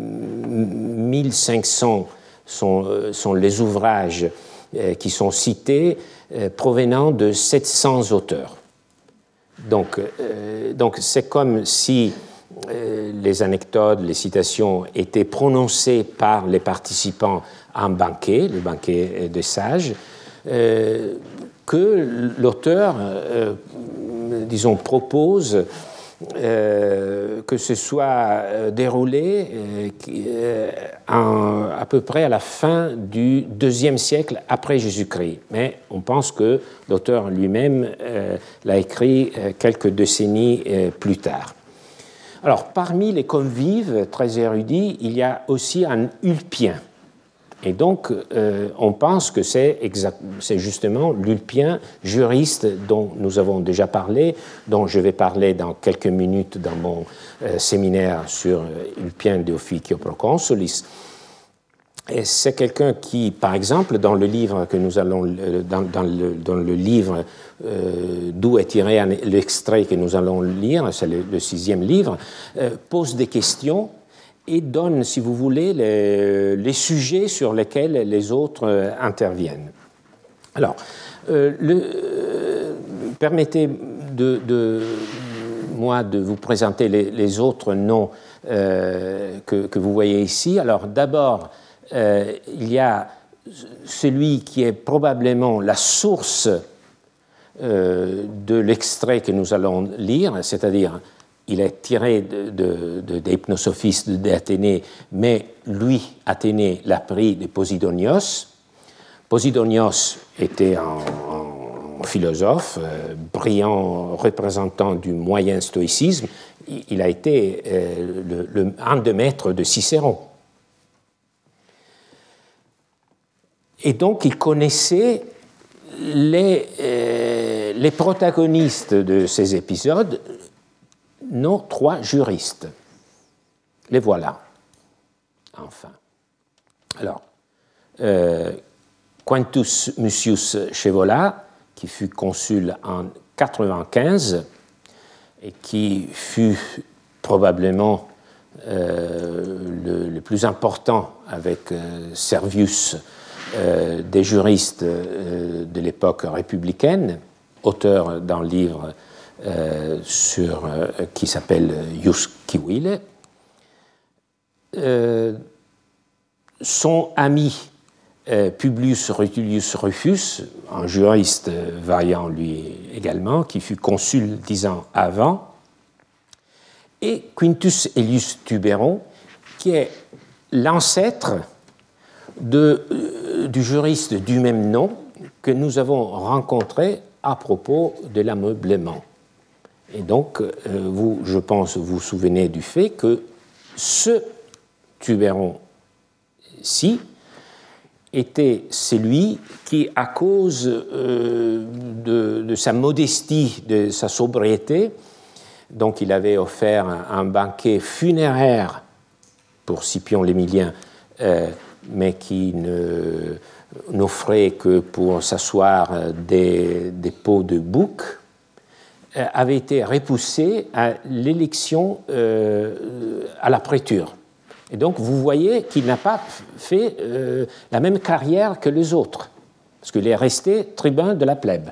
1500 sont les ouvrages qui sont cités provenant de 700 auteurs. Donc c'est comme si les anecdotes, les citations étaient prononcées par les participants à un banquet, le banquet des sages, que l'auteur, disons, propose que ce soit déroulé à peu près à la fin du IIe siècle après Jésus-Christ. Mais on pense que l'auteur lui-même l'a écrit quelques décennies plus tard. Alors, parmi les convives très érudits, il y a aussi un Ulpien. Et donc, on pense que c'est justement l'Ulpien, juriste dont nous avons déjà parlé, dont je vais parler dans quelques minutes dans mon séminaire sur Ulpien de Officio Proconsulis. Et c'est quelqu'un qui, par exemple, dans le livre que nous allons, dans le livre d'où est tiré l'extrait que nous allons lire, c'est le 6e livre, pose des questions et donne, si vous voulez, les sujets sur lesquels les autres interviennent. Alors, permettez moi de vous présenter les autres noms que vous voyez ici. Alors, d'abord, il y a celui qui est probablement la source de l'extrait que nous allons lire, c'est-à-dire il est tiré des hypnosophistes d'Athénée, mais lui, Athénée, l'a pris de Posidonios. Posidonios était un philosophe, brillant représentant du moyen stoïcisme. Il a été un des maîtres de Cicéron. Et donc, il connaissait les protagonistes de ces épisodes, nos 3 juristes. Les voilà, enfin. Alors, Quintus Mucius Scaevola, qui fut consul en 95 et qui fut probablement le plus important avec Servius des juristes de l'époque républicaine, auteur d'un livre qui s'appelle Ius Civile. Son ami Publius Rutilius Rufus, un juriste vaillant lui également, qui fut consul 10 ans avant, et Quintus Aelius Tuberon, qui est l'ancêtre du juriste du même nom que nous avons rencontré à propos de l'ameublement. Et donc, vous, je pense, vous souvenez du fait que ce Tubéron-ci était celui qui, à cause de sa modestie, de sa sobriété, donc il avait offert un banquet funéraire pour Scipion l'Émilien, mais qui n'offrait que pour s'asseoir des peaux de bouc, avait été repoussé à l'élection à la préture. Et donc, vous voyez qu'il n'a pas fait la même carrière que les autres, parce qu'il est resté tribun de la plèbe.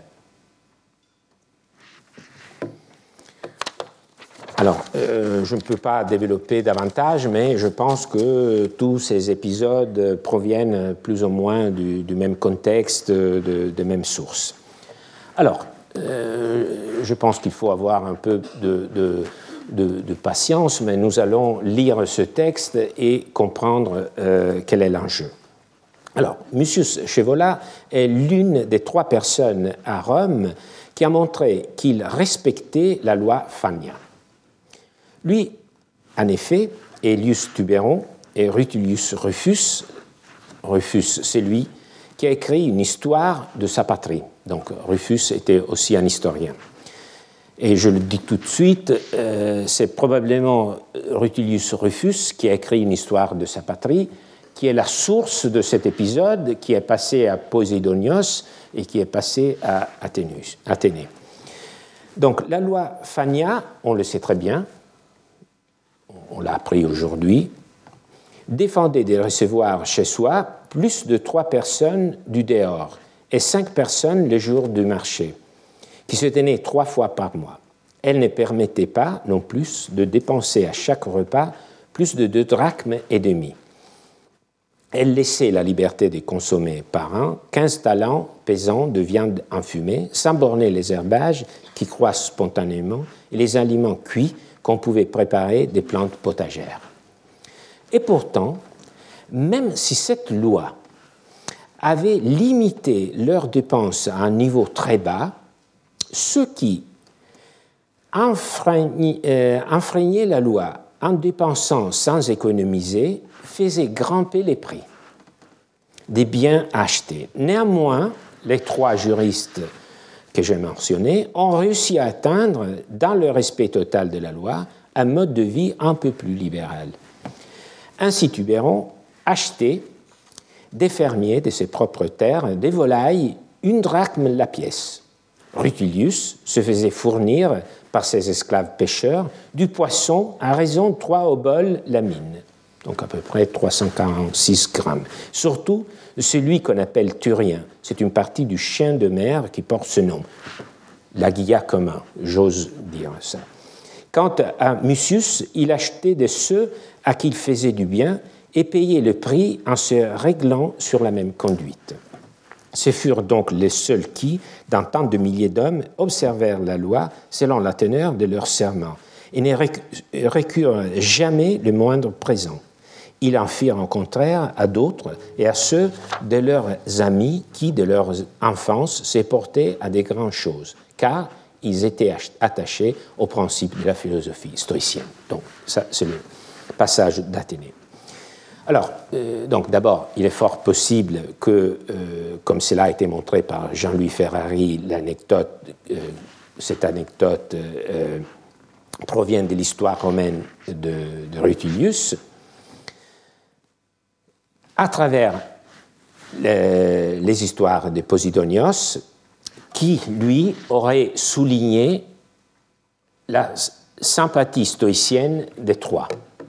Alors, je ne peux pas développer davantage, mais je pense que tous ces épisodes proviennent plus ou moins du même contexte, de mêmes sources. Alors, je pense qu'il faut avoir un peu de patience, mais nous allons lire ce texte et comprendre quel est l'enjeu. Alors, Mucius Scaevola est l'une des 3 personnes à Rome qui a montré qu'il respectait la loi Fania. Lui, en effet, Aelius Tubéron et Rutilius Rufus, c'est lui qui a écrit une histoire de sa patrie. Donc, Rufus était aussi un historien. Et je le dis tout de suite, c'est probablement Rutilius Rufus qui a écrit une histoire de sa patrie, qui est la source de cet épisode qui est passé à Posidonios et qui est passé à Athénée. Donc, la loi Fania, on le sait très bien, on l'a appris aujourd'hui, défendait de recevoir chez soi plus de 3 personnes du dehors et 5 personnes le jour du marché, qui se tenaient 3 fois par mois. Elle ne permettait pas non plus de dépenser à chaque repas plus de 2 drachmes et demi. Elle laissait la liberté de consommer par an 15 talents pesants de viande enfumée, sans borner les herbages qui croissent spontanément et les aliments cuits qu'on pouvait préparer des plantes potagères. Et pourtant, même si cette loi avait limité leurs dépenses à un niveau très bas, ceux qui enfreignaient la loi en dépensant sans économiser faisaient grimper les prix des biens achetés. Néanmoins, les 3 juristes que j'ai mentionnés ont réussi à atteindre, dans le respect total de la loi, un mode de vie un peu plus libéral. Ainsi, Tubéron achetait des fermiers de ses propres terres des volailles 1 drachme la pièce. Rutilius se faisait fournir par ses esclaves pêcheurs du poisson à raison de 3 oboles la mine, donc à peu près 346 grammes. Surtout celui qu'on appelle thurien, c'est une partie du chien de mer qui porte ce nom, l'aguilla commun, j'ose dire ça. Quant à Mucius, il achetait de ceux à qui il faisait du bien et payait le prix en se réglant sur la même conduite. Ce furent donc les seuls qui, dans tant de milliers d'hommes, observèrent la loi selon la teneur de leurs serments et ne récurrent jamais le moindre présent. Ils en firent au contraire à d'autres et à ceux de leurs amis qui, de leur enfance, se portaient à des grandes choses, car ils étaient attachés aux principes de la philosophie stoïcienne. Donc, ça, c'est le passage d'Athénée. Alors, donc d'abord, il est fort possible que, comme cela a été montré par Jean-Louis Ferrari, cette anecdote provient de l'histoire romaine de Rutilius, à travers les histoires de Posidonios, qui, lui, aurait souligné la sympathie stoïcienne des 3.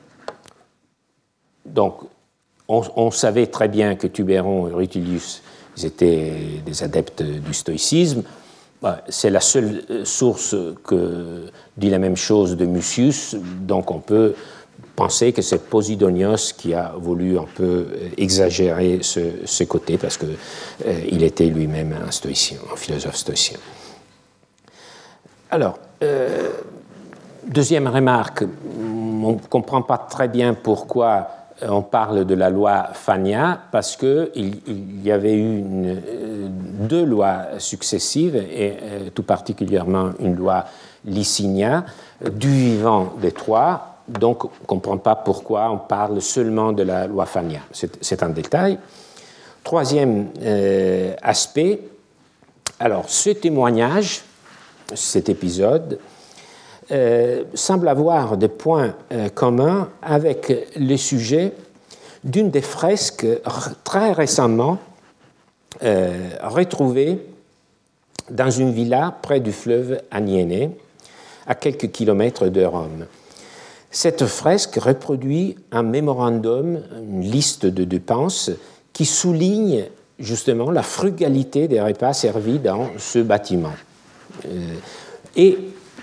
Donc, on savait très bien que Tubéron et Rutilius étaient des adeptes du stoïcisme. C'est la seule source que dit la même chose de Mucius, donc on peut penser que c'est Posidonios qui a voulu un peu exagérer ce côté, parce qu'il était lui-même un stoïcien, un philosophe stoïcien. Alors, deuxième remarque, on ne comprend pas très bien pourquoi on parle de la loi Fania, parce qu'il y avait eu deux lois successives, et tout particulièrement une loi Licinienne, du vivant des trois. Donc, on ne comprend pas pourquoi on parle seulement de la loi Fania. C'est un détail. Troisième aspect, alors ce témoignage, cet épisode, semble avoir des points communs avec le sujet d'une des fresques très récemment retrouvée dans une villa près du fleuve Aniene, à quelques kilomètres de Rome. Cette fresque reproduit un mémorandum, une liste de dépenses qui souligne justement la frugalité des repas servis dans ce bâtiment. Et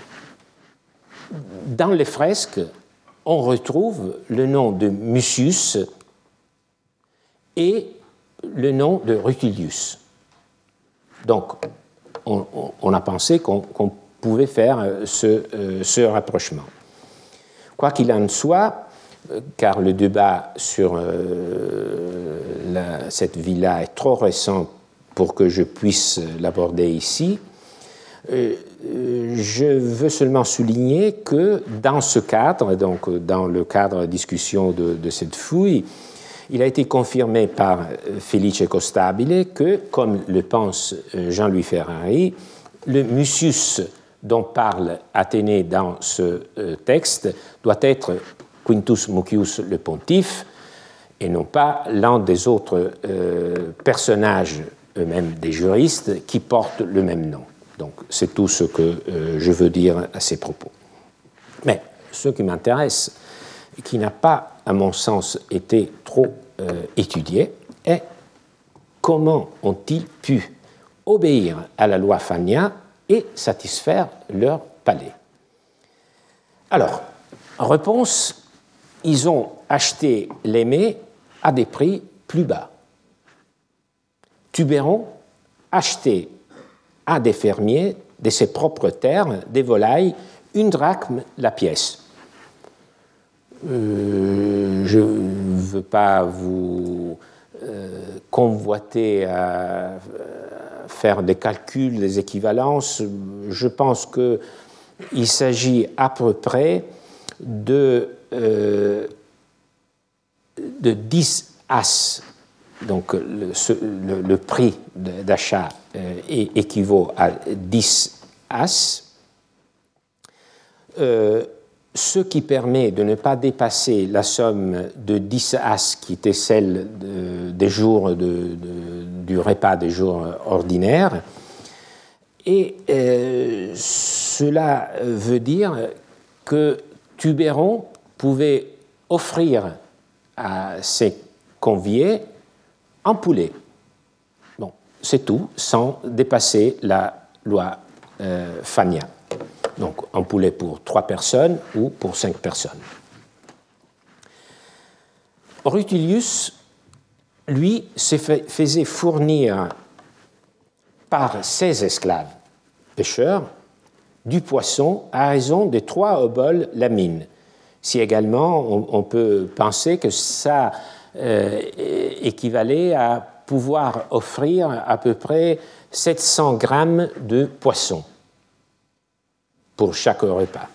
dans les fresques, on retrouve le nom de Mucius et le nom de Rutilius. Donc, on a pensé qu'on pouvait faire ce rapprochement. Quoi qu'il en soit, car le débat sur cette villa est trop récent pour que je puisse l'aborder ici, je veux seulement souligner que dans ce cadre, donc dans le cadre de discussion de cette fouille, il a été confirmé par Felice Costabile que, comme le pense Jean-Louis Ferrari, le Mucius dont parle Athénée dans ce texte doit être Quintus Mucius le pontife et non pas l'un des autres personnages, eux-mêmes des juristes, qui portent le même nom. Donc c'est tout ce que je veux dire à ces propos. Mais ce qui m'intéresse, et qui n'a pas, à mon sens, été trop étudié, est comment ont-ils pu obéir à la loi Fania et satisfaire leur palais. Alors, en réponse, ils ont acheté les mets à des prix plus bas. Tubéron achetait à des fermiers de ses propres terres des volailles, 1 drachme la pièce. Je ne veux pas vous convoiter à faire des calculs, des équivalences. Je pense qu'il s'agit à peu près de 10 as. Donc le prix d'achat équivaut à 10 as. Ce qui permet de ne pas dépasser la somme de 10 as qui était celle des jours du repas des jours ordinaires. Et cela veut dire que Tubéron pouvait offrir à ses conviés un poulet. Bon, c'est tout, sans dépasser la loi Fania. Donc un poulet pour 3 personnes ou pour 5 personnes. Rutilius, lui, se faisait fournir par ses esclaves pêcheurs du poisson à raison de 3 oboles la mine. Si également on peut penser que ça équivalait à pouvoir offrir à peu près 700 grammes de poisson pour chaque repas.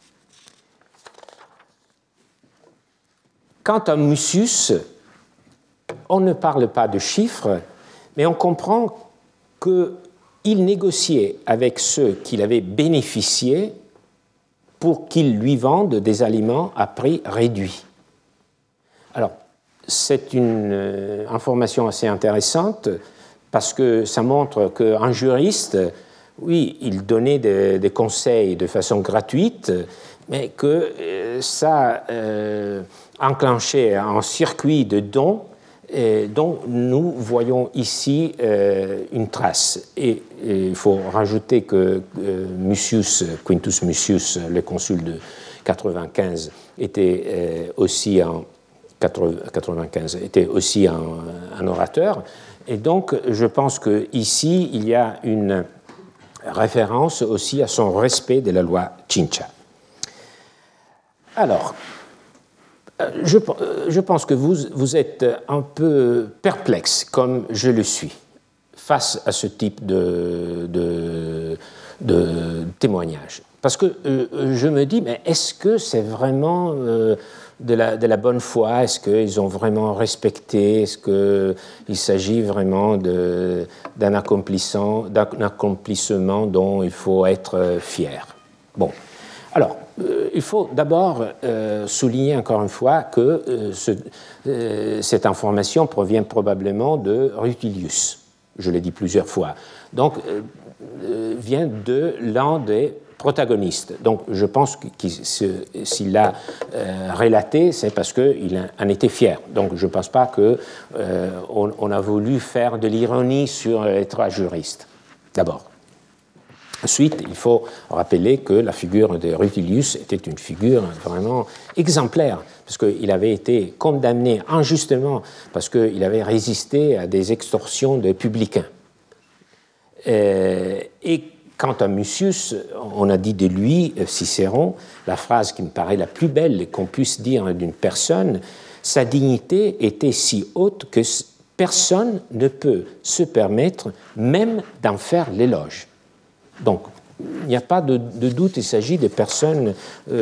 Quant à Mucius, on ne parle pas de chiffres, mais on comprend qu'il négociait avec ceux qu'il avait bénéficié pour qu'ils lui vendent des aliments à prix réduit. Alors, c'est une information assez intéressante parce que ça montre qu'un juriste, oui, il donnait des conseils de façon gratuite, mais que ça enclenchait un circuit de dons dont nous voyons ici une trace. Et il faut rajouter que Quintus Mucius, le consul de 95, était aussi un orateur. Et donc, je pense qu'ici, il y a une référence aussi à son respect de la loi Cincha. Alors, je pense que vous êtes un peu perplexe, comme je le suis, face à ce type de témoignage. Parce que je me dis, mais est-ce que c'est vraiment de la bonne foi? Est-ce qu'ils ont vraiment respecté? Est-ce qu'il s'agit vraiment d'un accomplissement dont il faut être fier? Bon, alors, il faut d'abord souligner encore une fois que cette information provient probablement de Rutilius, je l'ai dit plusieurs fois, donc vient de l'un des protagonistes. Donc je pense que s'il l'a relaté, c'est parce qu'il en était fier. Donc je ne pense pas qu'on a voulu faire de l'ironie sur les trois juristes, d'abord. Ensuite, il faut rappeler que la figure de Rutilius était une figure vraiment exemplaire, parce qu'il avait été condamné injustement, parce qu'il avait résisté à des extorsions de publicains. Et quant à Mucius, on a dit de lui, Cicéron, la phrase qui me paraît la plus belle qu'on puisse dire d'une personne, sa dignité était si haute que personne ne peut se permettre même d'en faire l'éloge. Donc, il n'y a pas de doute, il s'agit de personnes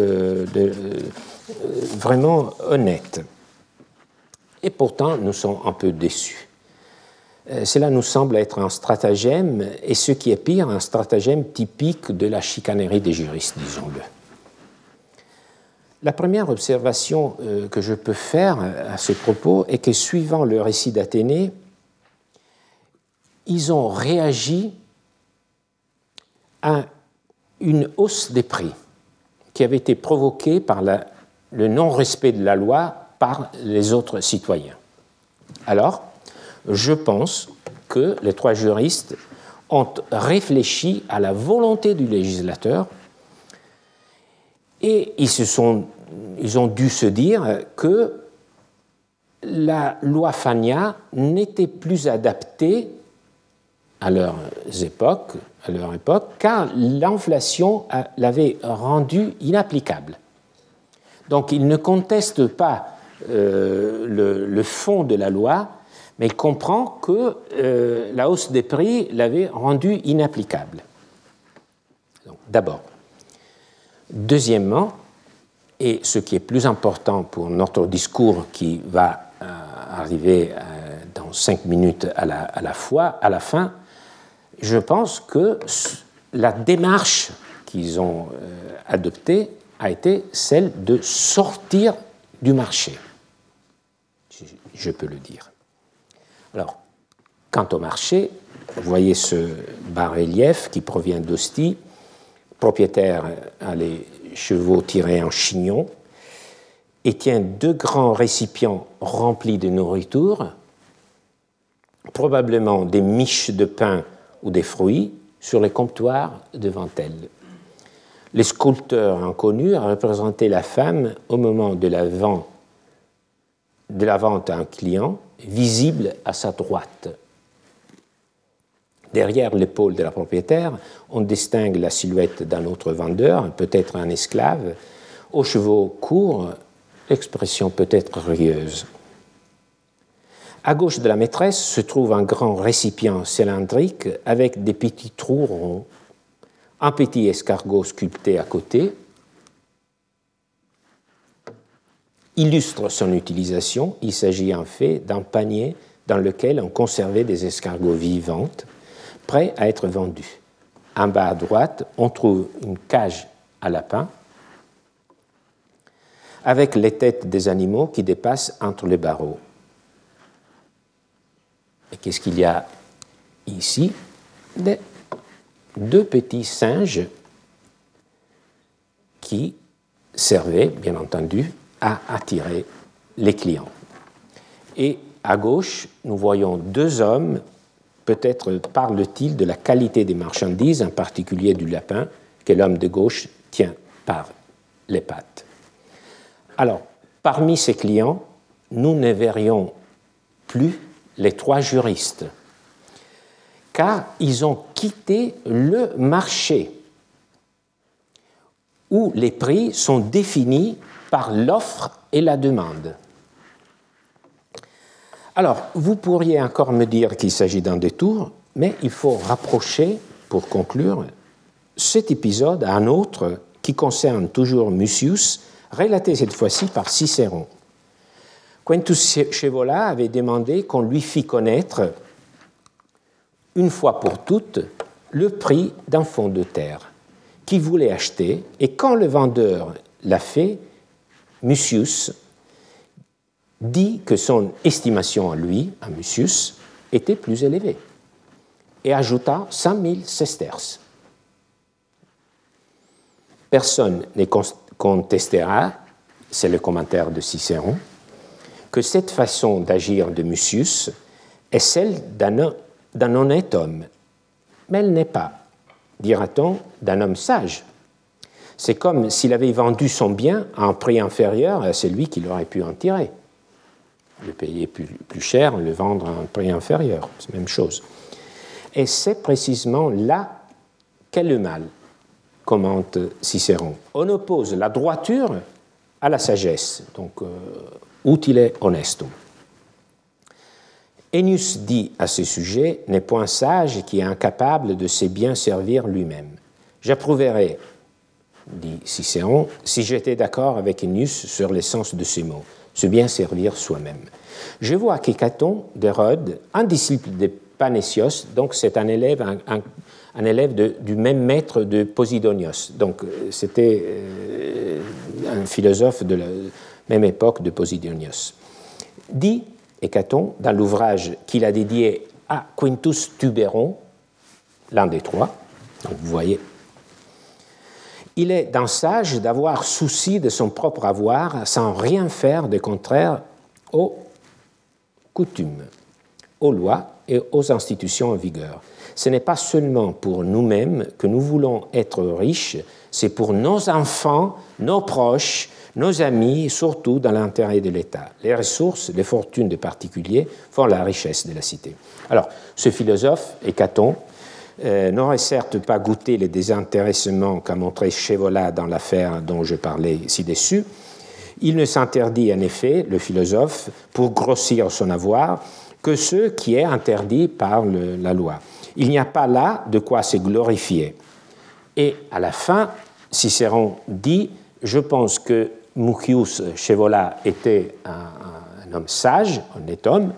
vraiment honnêtes. Et pourtant, nous sommes un peu déçus. Cela nous semble être un stratagème, et ce qui est pire, un stratagème typique de la chicanerie des juristes, disons-le. La première observation que je peux faire à ce propos est que, suivant le récit d'Athénée, ils ont réagi à une hausse des prix qui avait été provoquée par le non-respect de la loi par les autres citoyens. Alors, je pense que les trois juristes ont réfléchi à la volonté du législateur et ils ont dû se dire que la loi Fania n'était plus adaptée à leur époque, car l'inflation l'avait rendue inapplicable. Donc, ils ne contestent pas le fond de la loi, mais ils comprennent que la hausse des prix l'avait rendue inapplicable. D'abord. Deuxièmement, et ce qui est plus important pour notre discours qui va arriver dans 5 minutes à la fin, je pense que la démarche qu'ils ont adoptée a été celle de sortir du marché. Je peux le dire. Alors, quant au marché, vous voyez ce bas-relief qui provient d'Ostie. Propriétaire a les chevaux tirés en chignon et tient 2 grands récipients remplis de nourriture, probablement des miches de pain ou des fruits, sur les comptoirs devant elle. Le sculpteur inconnu a représenté la femme au moment de la vente à un client, visible à sa droite. Derrière l'épaule de la propriétaire, on distingue la silhouette d'un autre vendeur, peut-être un esclave, aux chevaux courts, expression peut-être rieuse. À gauche de la maîtresse se trouve un grand récipient cylindrique avec des petits trous ronds, un petit escargot sculpté à côté, illustre son utilisation. Il s'agit en fait d'un panier dans lequel on conservait des escargots vivantes, prêts à être vendus. En bas à droite, on trouve une cage à lapins avec les têtes des animaux qui dépassent entre les barreaux. Et qu'est-ce qu'il y a ici? 2 petits singes qui servaient, bien entendu, à attirer les clients. Et à gauche, nous voyons 2 hommes, peut-être parle-t-il de la qualité des marchandises, en particulier du lapin, que l'homme de gauche tient par les pattes. Alors, parmi ces clients, nous ne verrions plus les 3 juristes, car ils ont quitté le marché, où les prix sont définis par l'offre et la demande. Alors, vous pourriez encore me dire qu'il s'agit d'un détour, Mais il faut rapprocher, pour conclure, cet épisode à un autre qui concerne toujours Mucius, relaté cette fois-ci par Cicéron. Quintus Scaevola avait demandé qu'on lui fît connaître, une fois pour toutes, le prix d'un fonds de terre qu'il voulait acheter, et quand le vendeur l'a fait, Mucius dit que son estimation à lui, à Mucius, était plus élevée, et ajouta 100 000 sesterces. Personne ne contestera, c'est le commentaire de Cicéron, que cette façon d'agir de Mucius est celle d'un honnête homme, mais elle n'est pas, dira-t-on, d'un homme sage. C'est comme s'il avait vendu son bien à un prix inférieur à celui qu'il aurait pu en tirer. Le payer plus cher, le vendre à un prix inférieur, c'est la même chose. Et c'est précisément là qu'est le mal, commente Cicéron. On oppose la droiture à la sagesse, donc utile honestum. Ennius dit à ce sujet, n'est point sage qui est incapable de se bien servir lui-même. J'approuverais, dit Cicéron, si j'étais d'accord avec Ennius sur l'essence de ces mots, se bien servir soi-même. Je vois qu'Hécaton d'Hérode, un disciple de Panétios, donc c'est un élève, un élève du même maître de Posidonios, donc c'était un philosophe de la même époque de Posidonios, dit Hécaton, dans l'ouvrage qu'il a dédié à Quintus Tubéron, l'un des trois, donc vous voyez, il est d'un sage d'avoir souci de son propre avoir sans rien faire de contraire aux coutumes, aux lois et aux institutions en vigueur. Ce n'est pas seulement pour nous-mêmes que nous voulons être riches, c'est pour nos enfants, nos proches, nos amis, surtout dans l'intérêt de l'État. Les ressources, les fortunes des particuliers font la richesse de la cité. Alors, ce philosophe, Hécaton, n'aurait certes pas goûté les désintéressements qu'a montré Scaevola dans l'affaire dont je parlais ci-dessus. Il ne s'interdit en effet, le philosophe, pour grossir son avoir, que ce qui est interdit par la loi. Il n'y a pas là de quoi se glorifier. Et à la fin, Cicéron dit « Je pense que Mucius Scaevola était un homme sage, un honnête homme,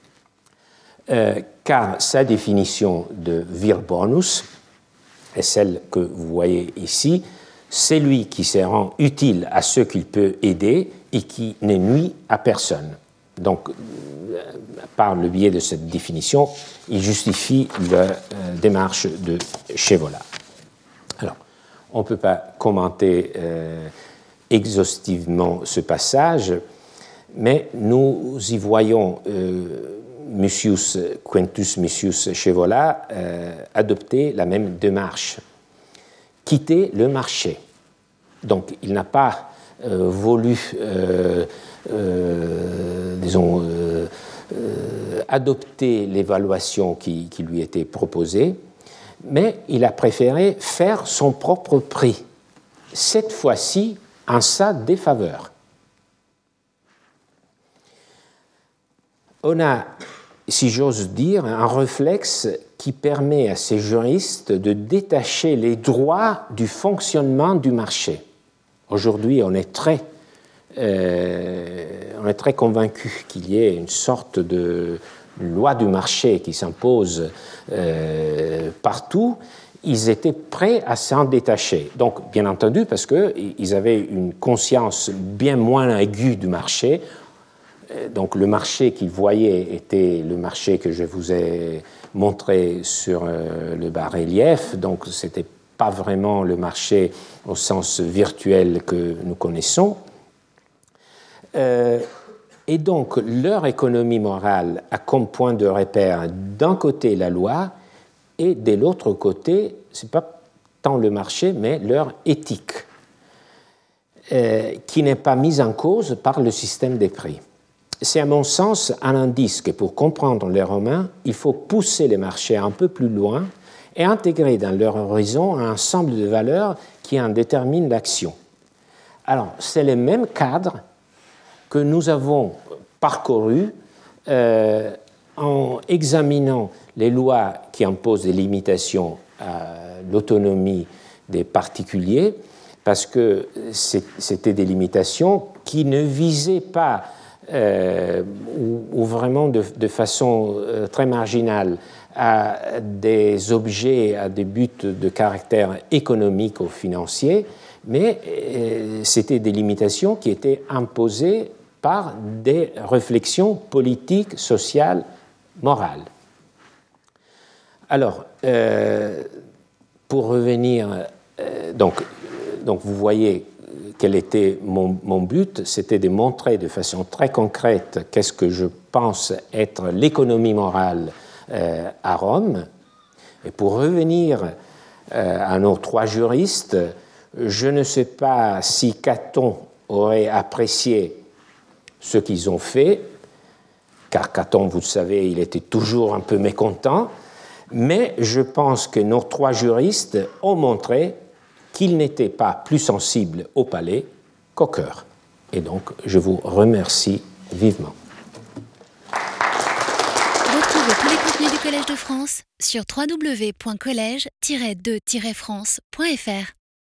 car sa définition de vir bonus est celle que vous voyez ici, c'est lui qui se rend utile à ceux qu'il peut aider et qui ne nuit à personne. » Donc, par le biais de cette définition, il justifie la démarche de Scaevola. Alors, on ne peut pas commenter exhaustivement ce passage, mais nous y voyons Quintus Mucius Scaevola adopter la même démarche, quitter le marché. Donc, il n'a pas voulu, adopter l'évaluation qui lui était proposée, mais il a préféré faire son propre prix, cette fois-ci en sa défaveur. On a, si j'ose dire, un réflexe qui permet à ces juristes de détacher les droits du fonctionnement du marché. Aujourd'hui, on est très convaincu qu'il y ait une sorte de loi du marché qui s'impose partout. Ils étaient prêts à s'en détacher. Donc, bien entendu, parce qu'ils avaient une conscience bien moins aiguë du marché. Donc, le marché qu'ils voyaient était le marché que je vous ai montré sur le bas-relief. Donc, ce n'était pas vraiment le marché au sens virtuel que nous connaissons. Et donc, leur économie morale a comme point de repère d'un côté la loi et de l'autre côté, ce n'est pas tant le marché, mais leur éthique, qui n'est pas mise en cause par le système des prix. C'est à mon sens un indice que pour comprendre les Romains, il faut pousser les marchés un peu plus loin et intégrer dans leur horizon un ensemble de valeurs qui en déterminent l'action. Alors, c'est le même cadre que nous avons parcouru en examinant les lois qui imposent des limitations à l'autonomie des particuliers, parce que c'était des limitations qui ne visaient pas, ou vraiment de façon très marginale, à des objets, à des buts de caractère économique ou financier, mais c'était des limitations qui étaient imposées par des réflexions politiques, sociales, morales. Alors, pour revenir, donc vous voyez quel était mon but, c'était de montrer de façon très concrète qu'est-ce que je pense être l'économie morale à Rome. Et pour revenir à nos trois juristes, je ne sais pas si Caton aurait apprécié ce qu'ils ont fait, car Caton, vous le savez, il était toujours un peu mécontent, mais je pense que nos trois juristes ont montré qu'ils n'étaient pas plus sensibles au palais qu'au cœur. Et donc, je vous remercie vivement. Retrouvez tous les contenus du Collège de France sur www.collège-2-france.fr.